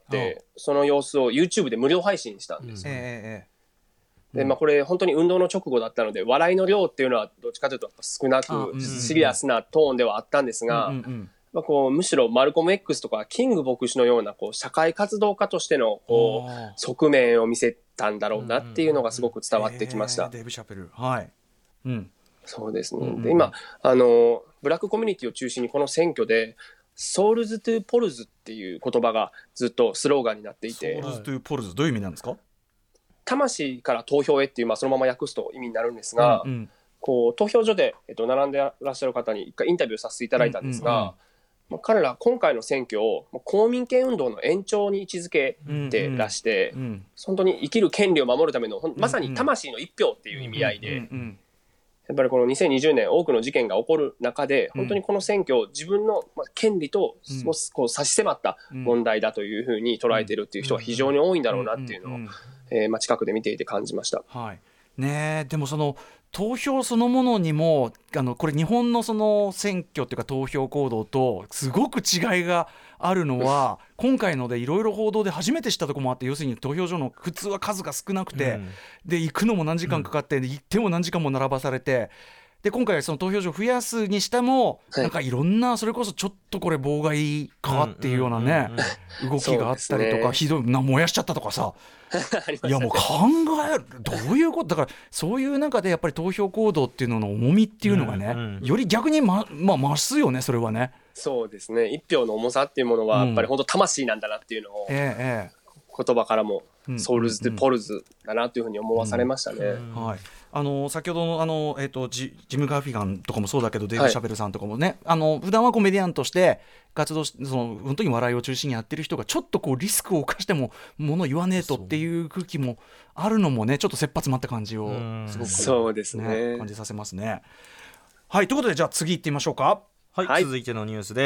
その様子を YouTube で無料配信したんですよ、うんえーでまあ、これ本当に運動の直後だったので笑いの量っていうのはどっちかというと少なくシリアスなトーンではあったんですが、うんうんうんまあ、こうむしろマルコム X とかキング牧師のようなこう社会活動家としてのこう側面を見せたんだろうなっていうのがすごく伝わってきました、 うんうんうんえー、デイブ・シャペルはい、うん、 そうですね、うんうん、で今あのブラックコミュニティを中心にこの選挙でソウルズ・トゥ・ポルズっていう言葉がずっとスローガンになっていて、 ソウルズ・トゥ・ポルズどういう意味なんですか？ 魂から投票へっていう、まあ、そのまま訳すと意味になるんですが、うんうん、こう投票所で、えっと、並んでらっしゃる方に一回インタビューさせていただいたんですが、うんうんうんまあ、彼ら今回の選挙を公民権運動の延長に位置づけてらして、うんうん、本当に生きる権利を守るためのまさに魂の一票っていう意味合いで、うんうん、やっぱりこのにせんにじゅうねん多くの事件が起こる中で本当にこの選挙を自分の権利とこう差し迫った問題だというふうに捉えているっていう人が非常に多いんだろうなっていうのを、えーまあ、近くで見ていて感じました。 はいね、でもその投票そのものにもあのこれ日本のその選挙っていうか投票行動とすごく違いがあるのは今回のでいろいろ報道で初めて知ったところもあって、要するに投票所の普通は数が少なくて、うん、で行くのも何時間かかって、うん、行っても何時間も並ばされて、で今回その投票所を増やすにしても、はい、なんかいろんなそれこそちょっとこれ妨害かっていうようなね、うんうんうん、動きがあったりとか、ね、ひどいな燃やしちゃったとかさいやもう考えるどういうことだから、そういう中でやっぱり投票行動っていうのの重みっていうのがね、うんうん、より逆に、ままあ、増すよねそれはね。 そうですね、一票の重さっていうものはやっぱり本当魂なんだなっていうのを、うんええ、言葉からもソウルズ・ポルズだなというふうに思わされましたね、うんうんはい、あの先ほどの、あの、えーと、ジ, ジム・ガーフィガンとかもそうだけどデイブ・シャベルさんとかもね、はい、あの普段はコメディアンとして活動しその本当に笑いを中心にやってる人がちょっとこうリスクを冒しても物言わねえとっていう空気もあるのもね、ちょっと切羽詰まった感じをすごく、ね、 そうですね、 感じさせますね。はい、ということでじゃあ次行ってみましょうか。 はい、はい、続いてのニュースです。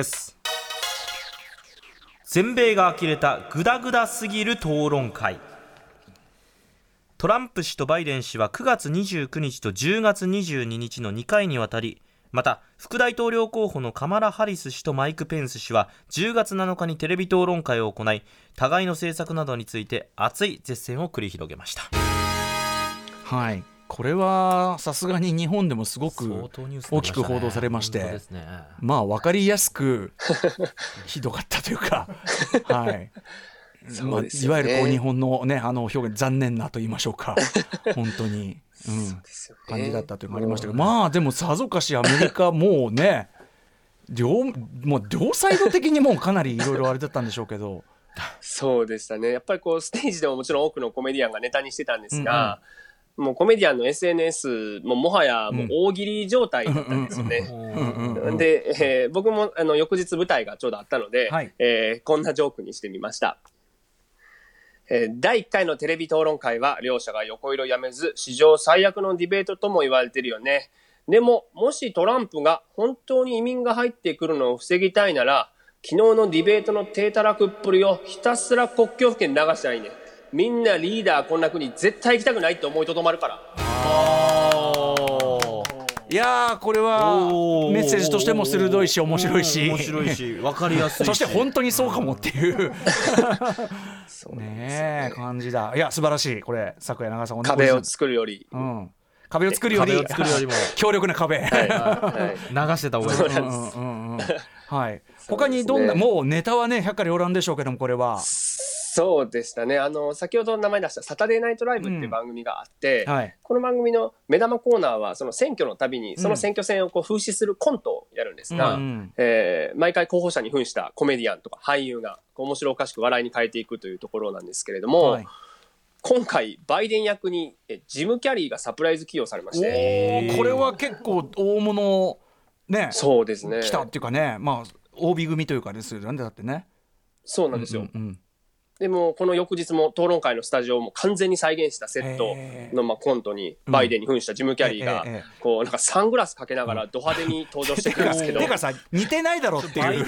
全米が呆れたグダグダすぎる討論会。トランプ氏とバイデン氏はくがつにじゅうくにちとじゅうがつにじゅうににちのにかいにわたり、また副大統領候補のカマラ・ハリス氏とマイク・ペンス氏はじゅうがつなのかにテレビ討論会を行い、互いの政策などについて熱い舌戦を繰り広げました。 はい、これはさすがに日本でもすごく大きく報道されまして、ねまあ分かりやすくひどかったというかはいまあ、いわゆるこう日本の、ね、あの表現残念なと言いましょうか本当に、うん、ね、感じだったというのがありましたけど、まあでもさぞかしアメリカもうね両, もう両サイド的にもうかなりいろいろあれだったんでしょうけどそうでしたね。やっぱりこうステージでももちろん多くのコメディアンがネタにしてたんですが、 もうコメディアンの エスエヌエス ももはやもう大喜利状態だったんですよね。で、えー、僕もあの翌日舞台がちょうどあったので、はい、えー、こんなジョークにしてみました。えー、だいいっかいのテレビ討論会は両者が横色やめず史上最悪のディベートとも言われてるよね。でももしトランプが本当に移民が入ってくるのを防ぎたいなら昨日のディベートの低たらくっぷりをひたすら国境付近流したらいいね。みんなリーダーこんな国絶対行きたくないって思いとどまるから。 いやーこれはメッセージとしても鋭いし面白いし面白いし分かりやすいしそして本当にそうかもっていうそうねえ感じだ。いや素晴らしいこれ昨夜長さん壁を作るより、 うん、壁を作るより壁を作るよりも強力な壁、はいはい、流してた方がいい。 うんうんうん、はい。他にどんな、もうネタはね百花繚乱でしょうけどもこれはそうでしたね。あの先ほど名前出したサタデーナイトライブっていう番組があって、うんはい、この番組の目玉コーナーはその選挙のたびにその選挙戦をこう風刺するコントをやるんですが、うん、えー、毎回候補者に扮したコメディアンとか俳優が面白おかしく笑いに変えていくというところなんですけれども、はい、今回バイデン役にジム・キャリーがサプライズ起用されまして、 これは結構大物ね、 そうですね、 来たっていうかね、まあ オービー 組というかですよね。だってね、 そうなんですよ、 うんうんうん、 でもこの翌日も討論会のスタジオも完全に再現したセットのまあコントにバイデンに扮したジム・キャリーがこうなんかサングラスかけながらド派手に登場してくるんですけど、 てかさ似てないだろっていう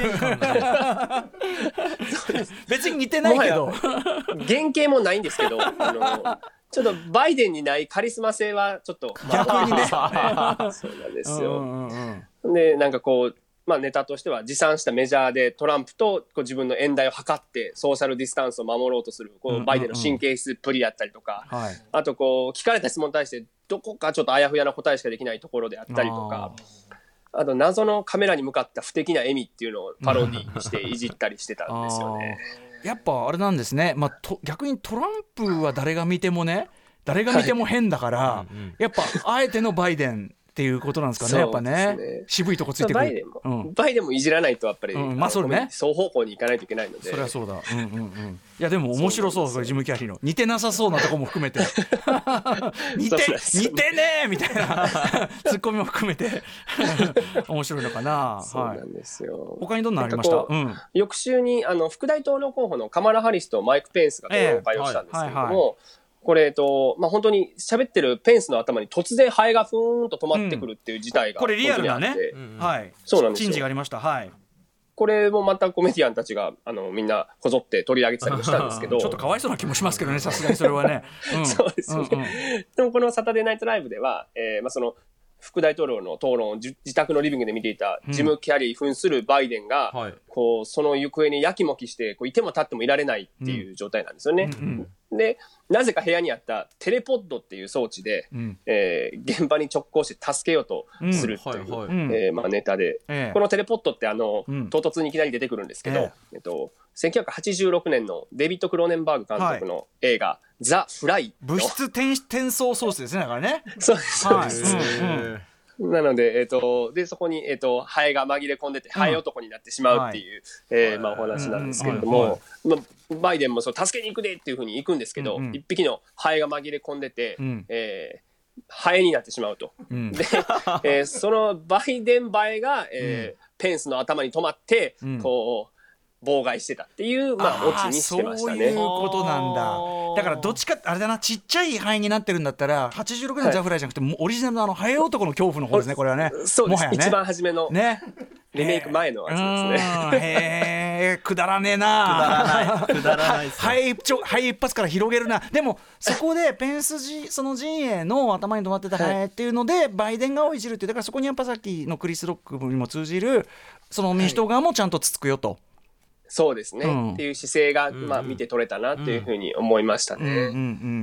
別に似てないけど原型もないんですけど、あのちょっとバイデンにないカリスマ性はちょっと逆にねそうなんですよ、うんうんうん、でなんかこうまあ、ネタとしては持参したメジャーでトランプとこう自分の演台を測ってソーシャルディスタンスを守ろうとするこうバイデンの神経質っぷりだったりとか、うんうんうん、あとこう聞かれた質問に対してどこかちょっとあやふやな答えしかできないところであったりとか、 あ, あと謎のカメラに向かった不敵な笑みっていうのをパロディにしていじったりしてたんですよねやっぱあれなんですね、まあ、と逆にトランプは誰が見てもね誰が見ても変だから、はい、やっぱあえてのバイデンっていうことなんですかね。やっぱね渋いとこついてくる。 バイデンも、うん、バイデンもいじらないとやっぱり、うん、まあそうね、双方向に行かないといけないので。 そりゃそうだ、うんうんうん、いやでも面白そう、それジム・キャリーの似てなさそうなとこも含めて似て似てねーみたいなツッコミも含めて面白いのかな。 そうなんですよ、はい、 他にどんなのありました？うん、 翌週にあの副大統領候補のカマラ・ハリスとマイク・ペンスが討論会をしたんですけれども、えーはいはいはい、これ、えっとまあ、本当に喋ってるペンスの頭に突然ハエがふーんと止まってくるっていう事態が、 うん、これリアルなね、うん、はい、そうなんですよ。珍事がありました。はい。これもまたコメディアンたちがあのみんなこぞって取り上げてたりもしたんですけどちょっとかわいそうな気もしますけどね、さすがにそれはね、 うん、そうですね、うんうん、でもこのサタデーナイトライブでは、えーまあ、その副大統領の討論を自宅のリビングで見ていたジム・キャリー扮するバイデンが、うん、こうその行方にやきもきしてこういても立ってもいられないっていう状態なんですよね、うんうん、でなぜか部屋にあったテレポッドっていう装置で、うんえー、現場に直行して助けようとするという、うんはいはいえーまあ、ネタで、えー、このテレポッドってあの、うん、唐突にいきなり出てくるんですけど、えーえっと、せんきゅうひゃくはちじゅうろくねんのデビッド・クローネンバーグ監督の映画、はい、ザ・フライ物質転送装置ですね。だからねそうです、そうです、はいうんうん、なので、えー、とでそこに、えー、とハエが紛れ込んでて、うん、ハエ男になってしまうっていう、はいえーまあ、お話なんですけれども、うんうんはいまあ、バイデンもそう助けに行くでっていうふうに行くんですけど、うんうん、一匹のハエが紛れ込んでて、うんえー、ハエになってしまうと、うん、で、えー、そのバイデンバエが、えーうん、ペンスの頭に止まって、うん、こう妨害してたっていう、まあ、オチにしてましたね。 そういうことなんだ。だからどっちかあれだな、ちっちゃいハエになってるんだったらはちじゅうろくねんザ・フライじゃなくて、はい、オリジナルのあのハエ男の恐怖の方ですね。これはねそうです、もはやね、一番初めの、 ね、 リメイク前のやつですね。 へーくだらねえなくだらないくだらないハエ一発から広げるな。でもそこでペンスじその陣営の頭に止まってたハエっていうので、はい、バイデン側をいじるっていう、だからそこにやっぱさっきのクリス・ロックにも通じるその民主党側もちゃんとつつくよと、はいそうですね、うん、っていう姿勢が、まあ、見て取れたなっていうふうに思いましたね、うんうんうん、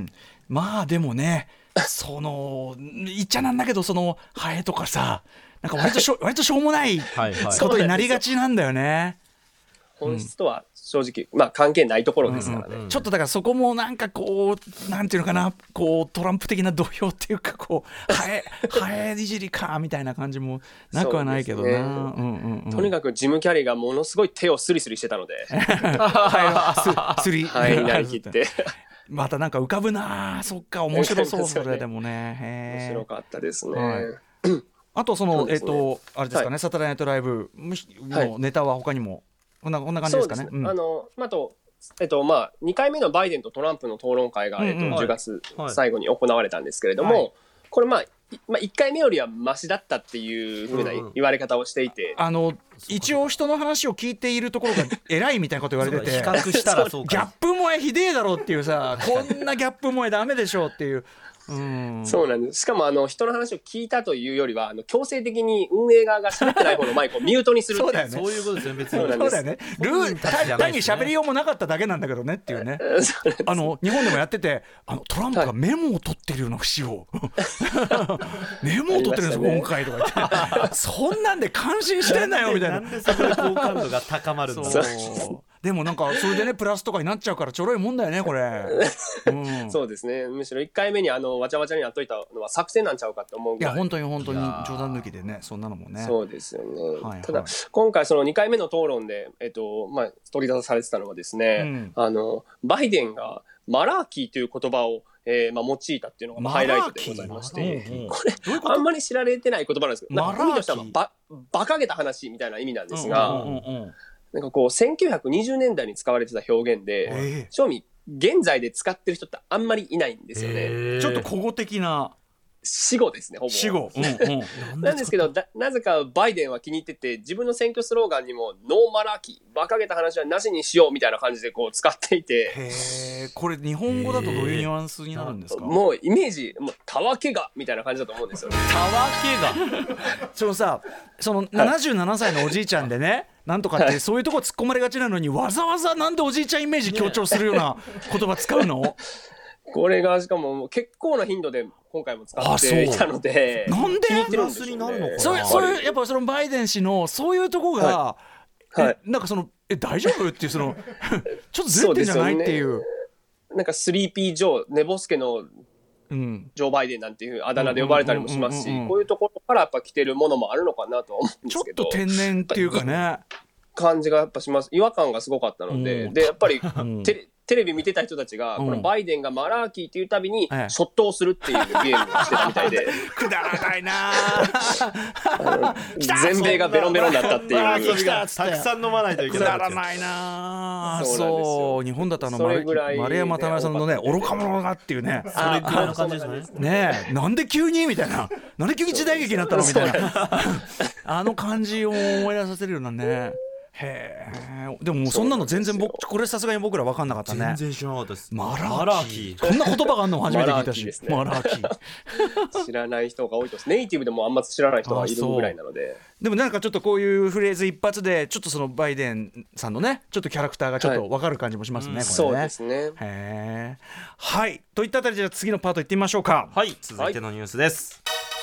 まあでもねその言っちゃなんだけどそのハエとかさなんか割としょ割としょうもないことになりがちなんだよね。 本質とは正直、うんまあ、関係ないところですからね、 うんうん、ちょっとだからそこもなんかこうなんていうのかなこうトランプ的な土俵っていうかこうハエハエいじりかみたいな感じもなくはないけどな、ねうんうんうん、 とにかくジム・キャリーがものすごい手をスリスリしてたのでハエスリハエになりきってまたなんか浮かぶな。そっか面白そうそれでもね。へ面白かったですね。 はいあとそのえっ、 そうですねとあれですかね、 はいサタデーナイトライブはいのネタは他にもこんなこんな感じですかね。 そうですね。 うんあの、まあ、あと、えっと、まあ、にかいめのバイデンとトランプの討論会が、 うんうんえっと、 はいじゅうがつはい最後に行われたんですけれども、 はいこれ、まあ、いまあ、いっかいめよりはマシだったっていうふうなうんうん言われ方をしていて、 あの一応人の話を聞いているところが偉いみたいなこと言われてて比較したらそうかギャップ萌えひでえだろっていうさこんなギャップ萌えダメでしょうっていう、うん、 そうなんです。しかも、あの、人の話を聞いたというよりは、あの、強制的に運営側が喋ってない方のマイクをミュートにするっていそうだよねそういうことですね別にそうなんですそうだよねルールたちじゃな単にいですね喋りようもなかっただけなんだけどねっていうねそうなんですあの日本でもやっててあのトランプがメモを取ってるような節をメモを取ってるんですよ、 あり今回とか言ってそんなんで感心してんなよみたいななんでそこで好感度が高まるんだそろううでもなんかそれでねプラスとかになっちゃうからちょろいもんだよねこれ、うん、 そうですね。むしろいっかいめにあのわちゃわちゃになっといたのは作戦なんちゃうかって思ういぐらい。 や本当に本当にいやー冗談抜きでねそんなのもねそうですよね。 はいただ、 はい今回そのにかいめの討論で、えっと、まあ、取り出されてたのはですね、 うんあの、バイデンがマラーキーという言葉を、えーまあ、用いたっていうのがまあハイライトでございまして、 マラーキーこれ、あんまり知られてない言葉なんですけど、なんか意味としてはマラーキーば、馬鹿げた話みたいな意味なんですが、 うんうんうんうんなんかこう、せんきゅうひゃくにじゅうねんだいに使われてた表現で、 ええ正味、現在で使ってる人ってあんまりいないんですよね。 へーちょっと古語的な死語ですね、ほぼ。 死語、うんうん、 なんですけど、だなぜかバイデンは気に入ってて、自分の選挙スローガンにも、ノーマラーキー、馬鹿げた話はなしにしようみたいな感じでこう使っていて、 へえこれ日本語だとどういうニュアンスになるんですか。 もうイメージ、もうたわけがみたいな感じだと思うんですよね。 たわけがそのさそのななじゅうななさいのおじいちゃんでねなんとかってそういうとこ突っ込まれがちなのにわざわざなんでおじいちゃんイメージ強調するような言葉使うのこれがしかも結構な頻度で今回も使あそうっていたので、 なんで気に入ってるんでしょうねプラスになるのかなそういうそういうやっぱそのバイデン氏のそういうとこが、 はいはいえなんかそのえ大丈夫っていうそのちょっとずれてんじゃない、 そうですよねっていう、 なんかスリーピージョー、寝ぼすけのうん、 ジョー・バイデンなんていうあだ名で呼ばれたりもしますしうんうんうんうんうん、 こういうところからやっぱ来てるものもあるのかなとは思うんでちょすけど。 っと天然っていうかね感じがやっぱします。違和感がすごかったので、 うんで、やっぱりんテレ、テレビ見てた人たちが、 うんこのバイデンがマラーキーっていうたびに、 ええショットをするっていうゲームをしてたみたいで、 くだらないな全米がベロンベロンになったっていう。 来たっつってたくさん飲まないといけくないだらないなそうなんですよそう日本だとあのそ丸れぐらい丸山珠代さんのね多かったです愚か者がっていうねそれぐらいの感じですねねえなんで急にみたいななんで急に時代劇になったのみたいなあの感じを思い出させるようなねへえでももうそんなの全然僕これさすがに僕ら分かんなかったね全然知らなかったですマラマラーーキキーーこんな言葉があるの初めて聞いたしマラーキーですねマラーキー知らない人が多いと、ネイティブでもあんま知らない人がいるぐらいなので、 でもなんかちょっとこういうフレーズ一発でちょっとそのバイデンさんのねちょっとキャラクターがちょっと分かる感じもしますね、 はいこれねそうですね。 へえはいといったあたりでじゃあ次のパートいってみましょうか。 はい続いてのニュースです、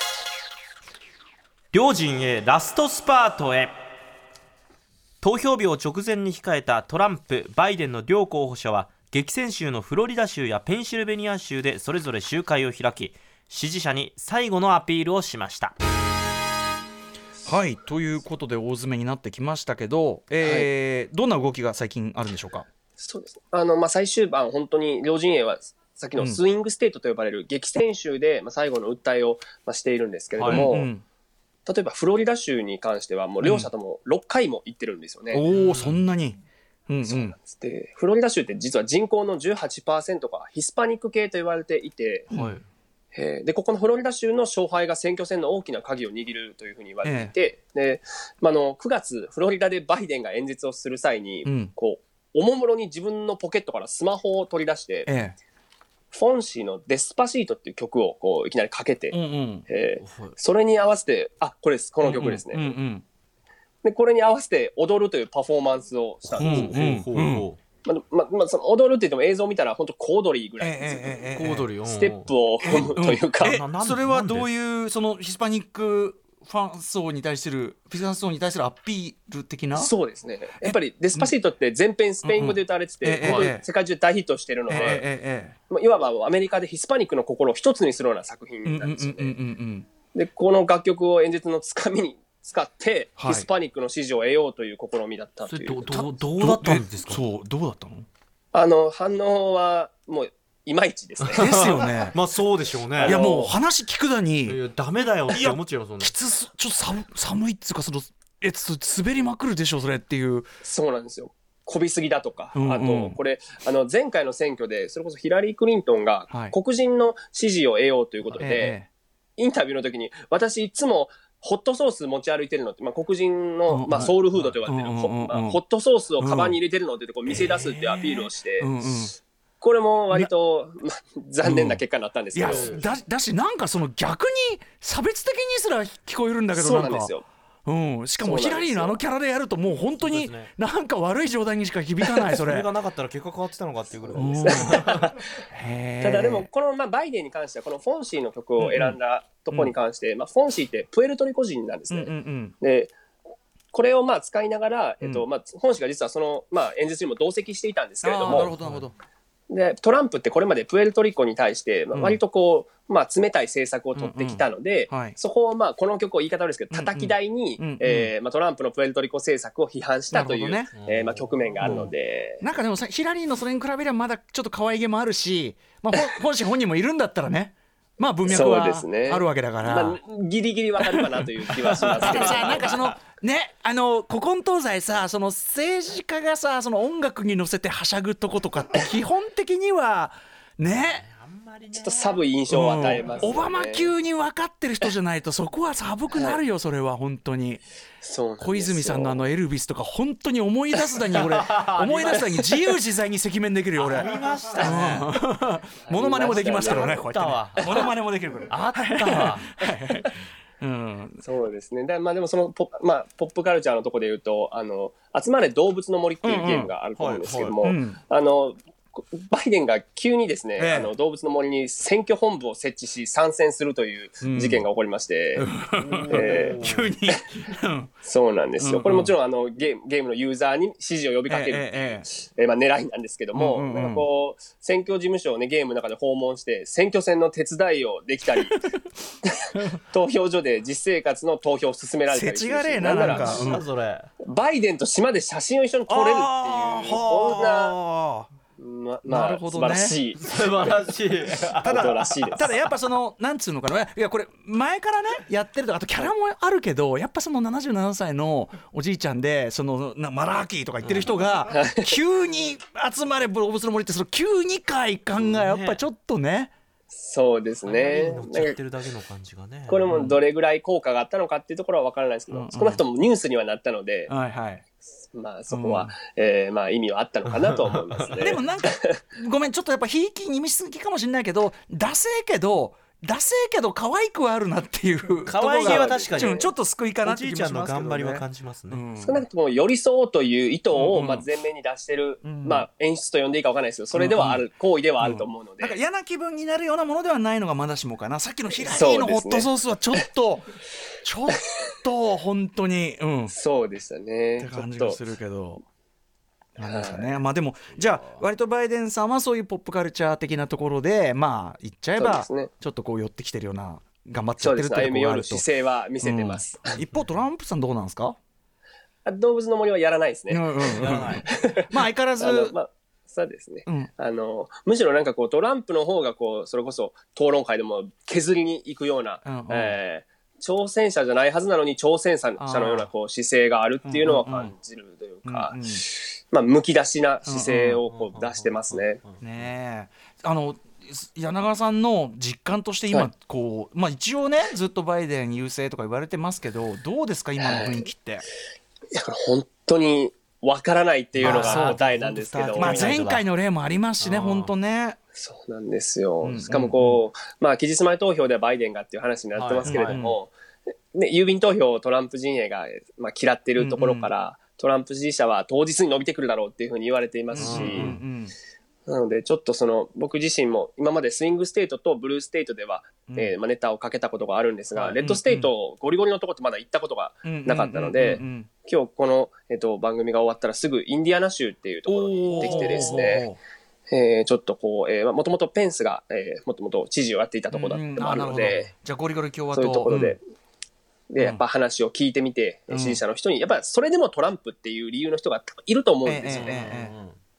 両陣営ラストスパートへ。投票日を直前に控えたトランプ、バイデンの両候補者は激戦州のフロリダ州やペンシルベニア州でそれぞれ集会を開き、支持者に最後のアピールをしました。 はいということで大詰めになってきましたけど、えーどんな動きが最近あるんでしょうか。 そうです。あの、まあ、最終盤、本当に両陣営は、さっきのスイングステートと呼ばれる激戦州で、まあ、最後の訴えを、まあ、しているんですけれども、 うん例えばフロリダ州に関しては、もう両者ともろっかいも行ってるんですよね。 おおそんなに、うんうんでフロリダ州って実は人口の じゅうはちパーセント がヒスパニック系と言われていて、 はいえーでここのフロリダ州の勝敗が選挙戦の大きな鍵を握るというふうに言われていて、でまあ、あのくがつフロリダでバイデンが演説をする際に、 うんこうおもむろに自分のポケットからスマホを取り出して、 えフォンシーのデスパシートっていう曲をこういきなりかけて、 えうんうんえーそれに合わせて、あ、これです、この曲ですね。 うんうんで、これに合わせて踊るというパフォーマンスをしたんですよ。 うんうんほうほうほまあまあまあ、その踊るって言っても映像を見たら本当小踊りぐらいですよ、 ええええええう小躍りよステップを踏むというか、 えななんそれはなんでどういうそのヒスパニックファン層に対するフィファン層に対するアピール的な。 そうですね。やっぱりデスパシートって全編スペイン語で歌われてて、 うんうんええ本当にええ世界中大ヒットしてるので、 ええええまあいわばアメリカでヒスパニックの心を一つにするような作ええうんうんうん品なんですよね。 うんうんで、この楽曲を演説のつかみに使って、 はいヒスパニックの支持を得ようという試みだったという。 それどどうどうだったんですか。 そうどうだったの。 あの反応はもういまいちですね。 ですよね。 まあそうでしょうね。 いやもう話聞くだにいやダメだよって思っちゃいますもんね。 きつすちょっと寒寒いっつうかそのえつ滑りまくるでしょそれっていう。 そうなんですよ。こびすぎだとか、 うんうん、 あとこれあの前回の選挙でそれこそヒラリー・クリントンが黒人の支持を得ようということで、はいええ、インタビューの時に私いつもホットソース持ち歩いてるのって、まあ、黒人の、まあ、ソウルフードと言われてる、うんうんまあ、ホットソースをカバンに入れてるのってこう見せ出すっていうアピールをして、うんうん、これも割と、まあ、残念な結果になったんですけど、 うん、いや だ, だしなんかその逆に差別的にすら聞こえるんだけどそうなんですよ。 うん、しかもヒラリーのあのキャラでやるともう本当になんか悪い状態にしか響かないそれそれがなかったら結果変わってたのかっていうぐらいですただでもこのまあバイデンに関してはこのフォンシーの曲を選んだところに関して、うんまあ、フォンシーってプエルトリコ人なんですね、うんうんうん、でこれをまあ使いながら、えっとまあ、フォンシーが実はそのまあ演説にも同席していたんですけれども、 なるほどなるほどでトランプってこれまでプエルトリコに対して割とこう、まあ、冷たい政策を取ってきたので、うんうんはい、そこをまあこの曲を言い方悪いですけど叩き台に、うんうんえーまあ、トランプのプエルトリコ政策を批判したという、ねえーまあ、局面があるので、 うん、なんかでもさヒラリーのそれに比べればまだちょっと可愛げもあるし、まあ、本心本人もいるんだったらねまあ文脈はあるわけだから、 まあ、ギリギリわかるかなという気はしますけどなんかそのねあの古今東西さその政治家がさその音楽に乗せてはしゃぐとことかって基本的にはねちょっと寒い印象を与えます、ねうん、オバマ級に分かってる人じゃないとそこは寒くなるよ、はい、それは本当にそう小泉さんのあのエルビスとか本当に思い出すだに俺思い出すだに自由自在に赤面できるよ俺ありましたねモノマネもできますからねこうやってねモノマネもできるからあったわうん、そうですね。だまあでもそのポッ、まあ、ポップカルチャーのところで言うとあの集まれ動物の森っていうゲームがあると思うんですけども、あのバイデンが急にですね、ええ、あの動物の森に選挙本部を設置し参戦するという事件が起こりまして、 うんえー、急にそうなんですよ、うんうん、これもちろんあのゲーム、ゲームのユーザーに支持を呼びかけるっていう、ええええまあ、狙いなんですけども、うんうんうん、なんかこう選挙事務所を、ね、ゲームの中で訪問して選挙戦の手伝いをできたり投票所で実生活の投票を進められたりせちがれえななんか、 うん、それバイデンと島で写真を一緒に撮れるっていうこんなままあ、なるほどね、素晴らしい素晴らしいただらしいですただやっぱそのなんつうのかないやこれ前からねやってるとあとキャラもあるけどやっぱそのななじゅうななさいのおじいちゃんでそのなマラーキーとか言ってる人が急に集まれ動物の森ってその急に回感がやっぱちょっとねそうですねこれもどれぐらい効果があったのかっていうところは分からないですけど、うんうん、少なくともニュースにはなったので、 はいはいまあそこは、うんえーまあ、意味はあったのかなと思いますねでもなんかごめんちょっとやっぱひいきに見すぎかもしれないけどダセーけどダセーけど可愛くはあるなっていう可愛げは確かにちょっと救いかなって気もしますけどね。 おじいちゃんの頑張りは感じますね、うん、 少なくとも寄り添おうという意図をまあ前面に出してる、うんまあ、演出と呼んでいいか分からないですけどそれではある、うん、行為ではあると思うので、 うん、なんか嫌な気分になるようなものではないのがまだしもかな。さっきのヒラリーのホットソースはちょっと、ね、ちょっと本当に、うん、 そうでしたねって感じがするけどなんですかね。まあでもじゃあ割とバイデンさんはそういうポップカルチャー的なところでまあ言っちゃえば、ね、ちょっとこう寄ってきてるような頑張っちゃってるってところがあると。そうですね、歩み寄る姿勢は見せてます、 うん、一方トランプさんどうなんですか。 動物の森はやらないですね、うんうんうん、 やらないまあ相変わらずあの、まあそうですね、うん、あのむしろなんかこうトランプの方がこうそれこそ討論会でも削りに行くような、うんうんえー、挑戦者じゃないはずなのに挑戦者のようなこう姿勢があるっていうのは感じるというか、うんうんうんまあ、むき出しな姿勢をこう出してますね。 ねえ、あの柳川さんの実感として今こう、はいまあ、一応ねずっとバイデン優勢とか言われてますけどどうですか今の雰囲気って。 いやこれ本当にわからないっていうのが答えなんですけど、 まあ、前回の例もありますしね本当ね。 そうなんですよ、うん、しかもこう、まあ、期日前投票ではバイデンがっていう話になってますけれども、はいはいね、郵便投票をトランプ陣営が、まあ、嫌っているところから、うんうんトランプ支持者は当日に伸びてくるだろうっていうふうに言われていますし、うんうんうん、なのでちょっとその僕自身も今までスイングステートとブルーステートでは、うんえーまあ、ネタをかけたことがあるんですが、うん、レッドステートゴリゴリのとこってまだ行ったことがなかったので、うんうんうんうん、今日この、えー、と番組が終わったらすぐインディアナ州っていうところに行ってきてですね、えー、ちょっとこう、えー、もともとペンスが、えー、もともと知事をやっていたところだってもあるので、うん、 じゃあゴリゴリ共和党そういうところで、うんでやっぱ話を聞いてみて、うん、支持者の人にやっぱりそれでもトランプっていう理由の人がいると思うんですよね、ええええ、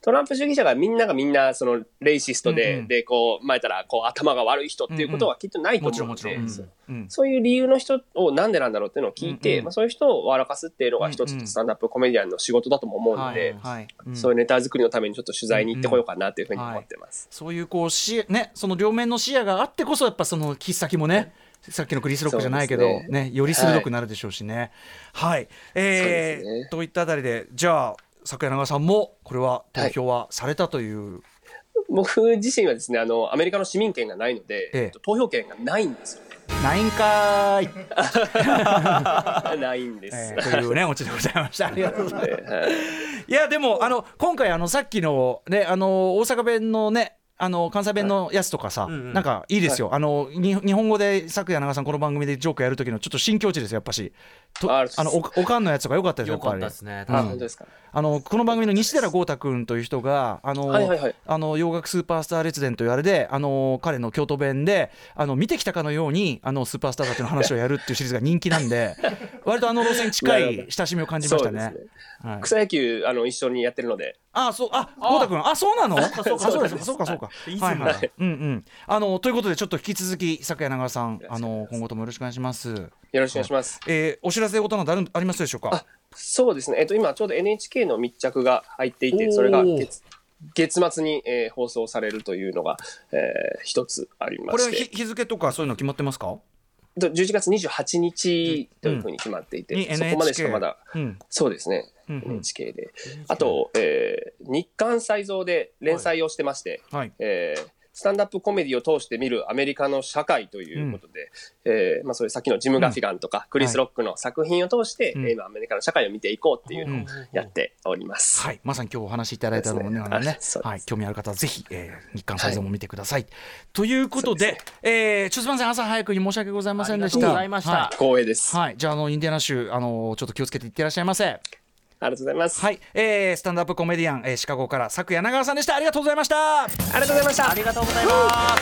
トランプ主義者がみんながみんなそのレイシストで、 うんうん、 でこう前たらこう頭が悪い人っていうことはきっとないと思うので、 もちろんもちろん、うんうん、 そういう理由の人をなんでなんだろうっていうのを聞いて、うんうん、まあ、そういう人を笑かすっていうのが一つスタンダップコメディアンの仕事だとも思うので、 はいはいうん、 そういうネタ作りのためにちょっと取材に行ってこようかなというふうに思ってます。 うんうんはい、そういうこう視野、ね、その両面の視野があってこそやっぱその切っ先もね、さっきのクリス・ロックじゃないけど、ねね、より鋭くなるでしょうしね。はい、はい、えーね、といったあたりでじゃあ桜井長さんもこれは投票はされたという、はい、 僕自身はですねあのアメリカの市民権がないので、ええ、投票権がないんですよね。 ないんかーいないんです、 えー、というねオチでございました。ありがとうございます、はい、いやでもあの今回あのさっきのねあの大阪弁のねあの関西弁のやつとかさ、はい、なんかいいですよ、はい、あのに日本語で昨夜長さんこの番組でジョークやる時のちょっと新境地ですよやっぱしとああの お, おかんのやつとか良かったですよやっぱり。 良かったですね。 うん、あ本当ですか。 あのこの番組の西寺豪太君という人があの、はいはいはい、あの洋楽スーパースター列伝というあれであの彼の京都弁であの見てきたかのようにあのスーパースターたちの話をやるっていうシリーズが人気なんで割とあの路線に近い親しみを感じましたね。ねはい、草野球あの一緒にやってるので。 あそうあ豪太君あそうなのあそうかそうかそうかそうかはいはいうんうんあのということでちょっと引き続き昨夜長さんあの今後ともよろしくお願いします。よろしくお願いします。 はいえー、お知らせことなどありますでしょうか。 あそうですね、えっと、今ちょうど エヌエイチケー の密着が入っていてそれが 月, 月末に、えー、放送されるというのが、えー、一つありまして。 これは日付とかそういうの決まってますか。 じゅういちがつにじゅうはちにちというふうに決まっていて、うん、そこまでしかまだ、うん、そうですね、うんうん、エヌエイチケー であと、えー、日刊再造で連載をしてまして、はいはいえースタンダップコメディを通して見るアメリカの社会ということで、うんえーまあ、それさっきのジム・ガフィガンとか、うん、クリス・ロックの作品を通して、はいえー、アメリカの社会を見ていこうっていうのをやっております、 うんはい、まさに今日お話しいただいたのも ね, ね, ねはい、興味ある方はぜひ、えー、日刊再造も見てください、はい、ということで、えー、ちょっとすみません朝早くに申し訳ございませんでした。ありがとうございました、 はい、光栄です、 はい、じゃあ、あのインディアナ州あのちょっと気をつけていってらっしゃいませ。 ありがとうございます。 はい、えー、スタンドアップコメディアン、えー、シカゴから昨夜長川さんでした。ありがとうございました。 ありがとうございました。 ありがとうございます。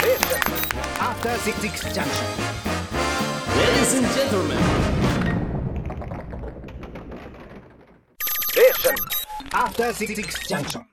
After Six Junction. Ladies and gentlemen. Station. After Six Junction.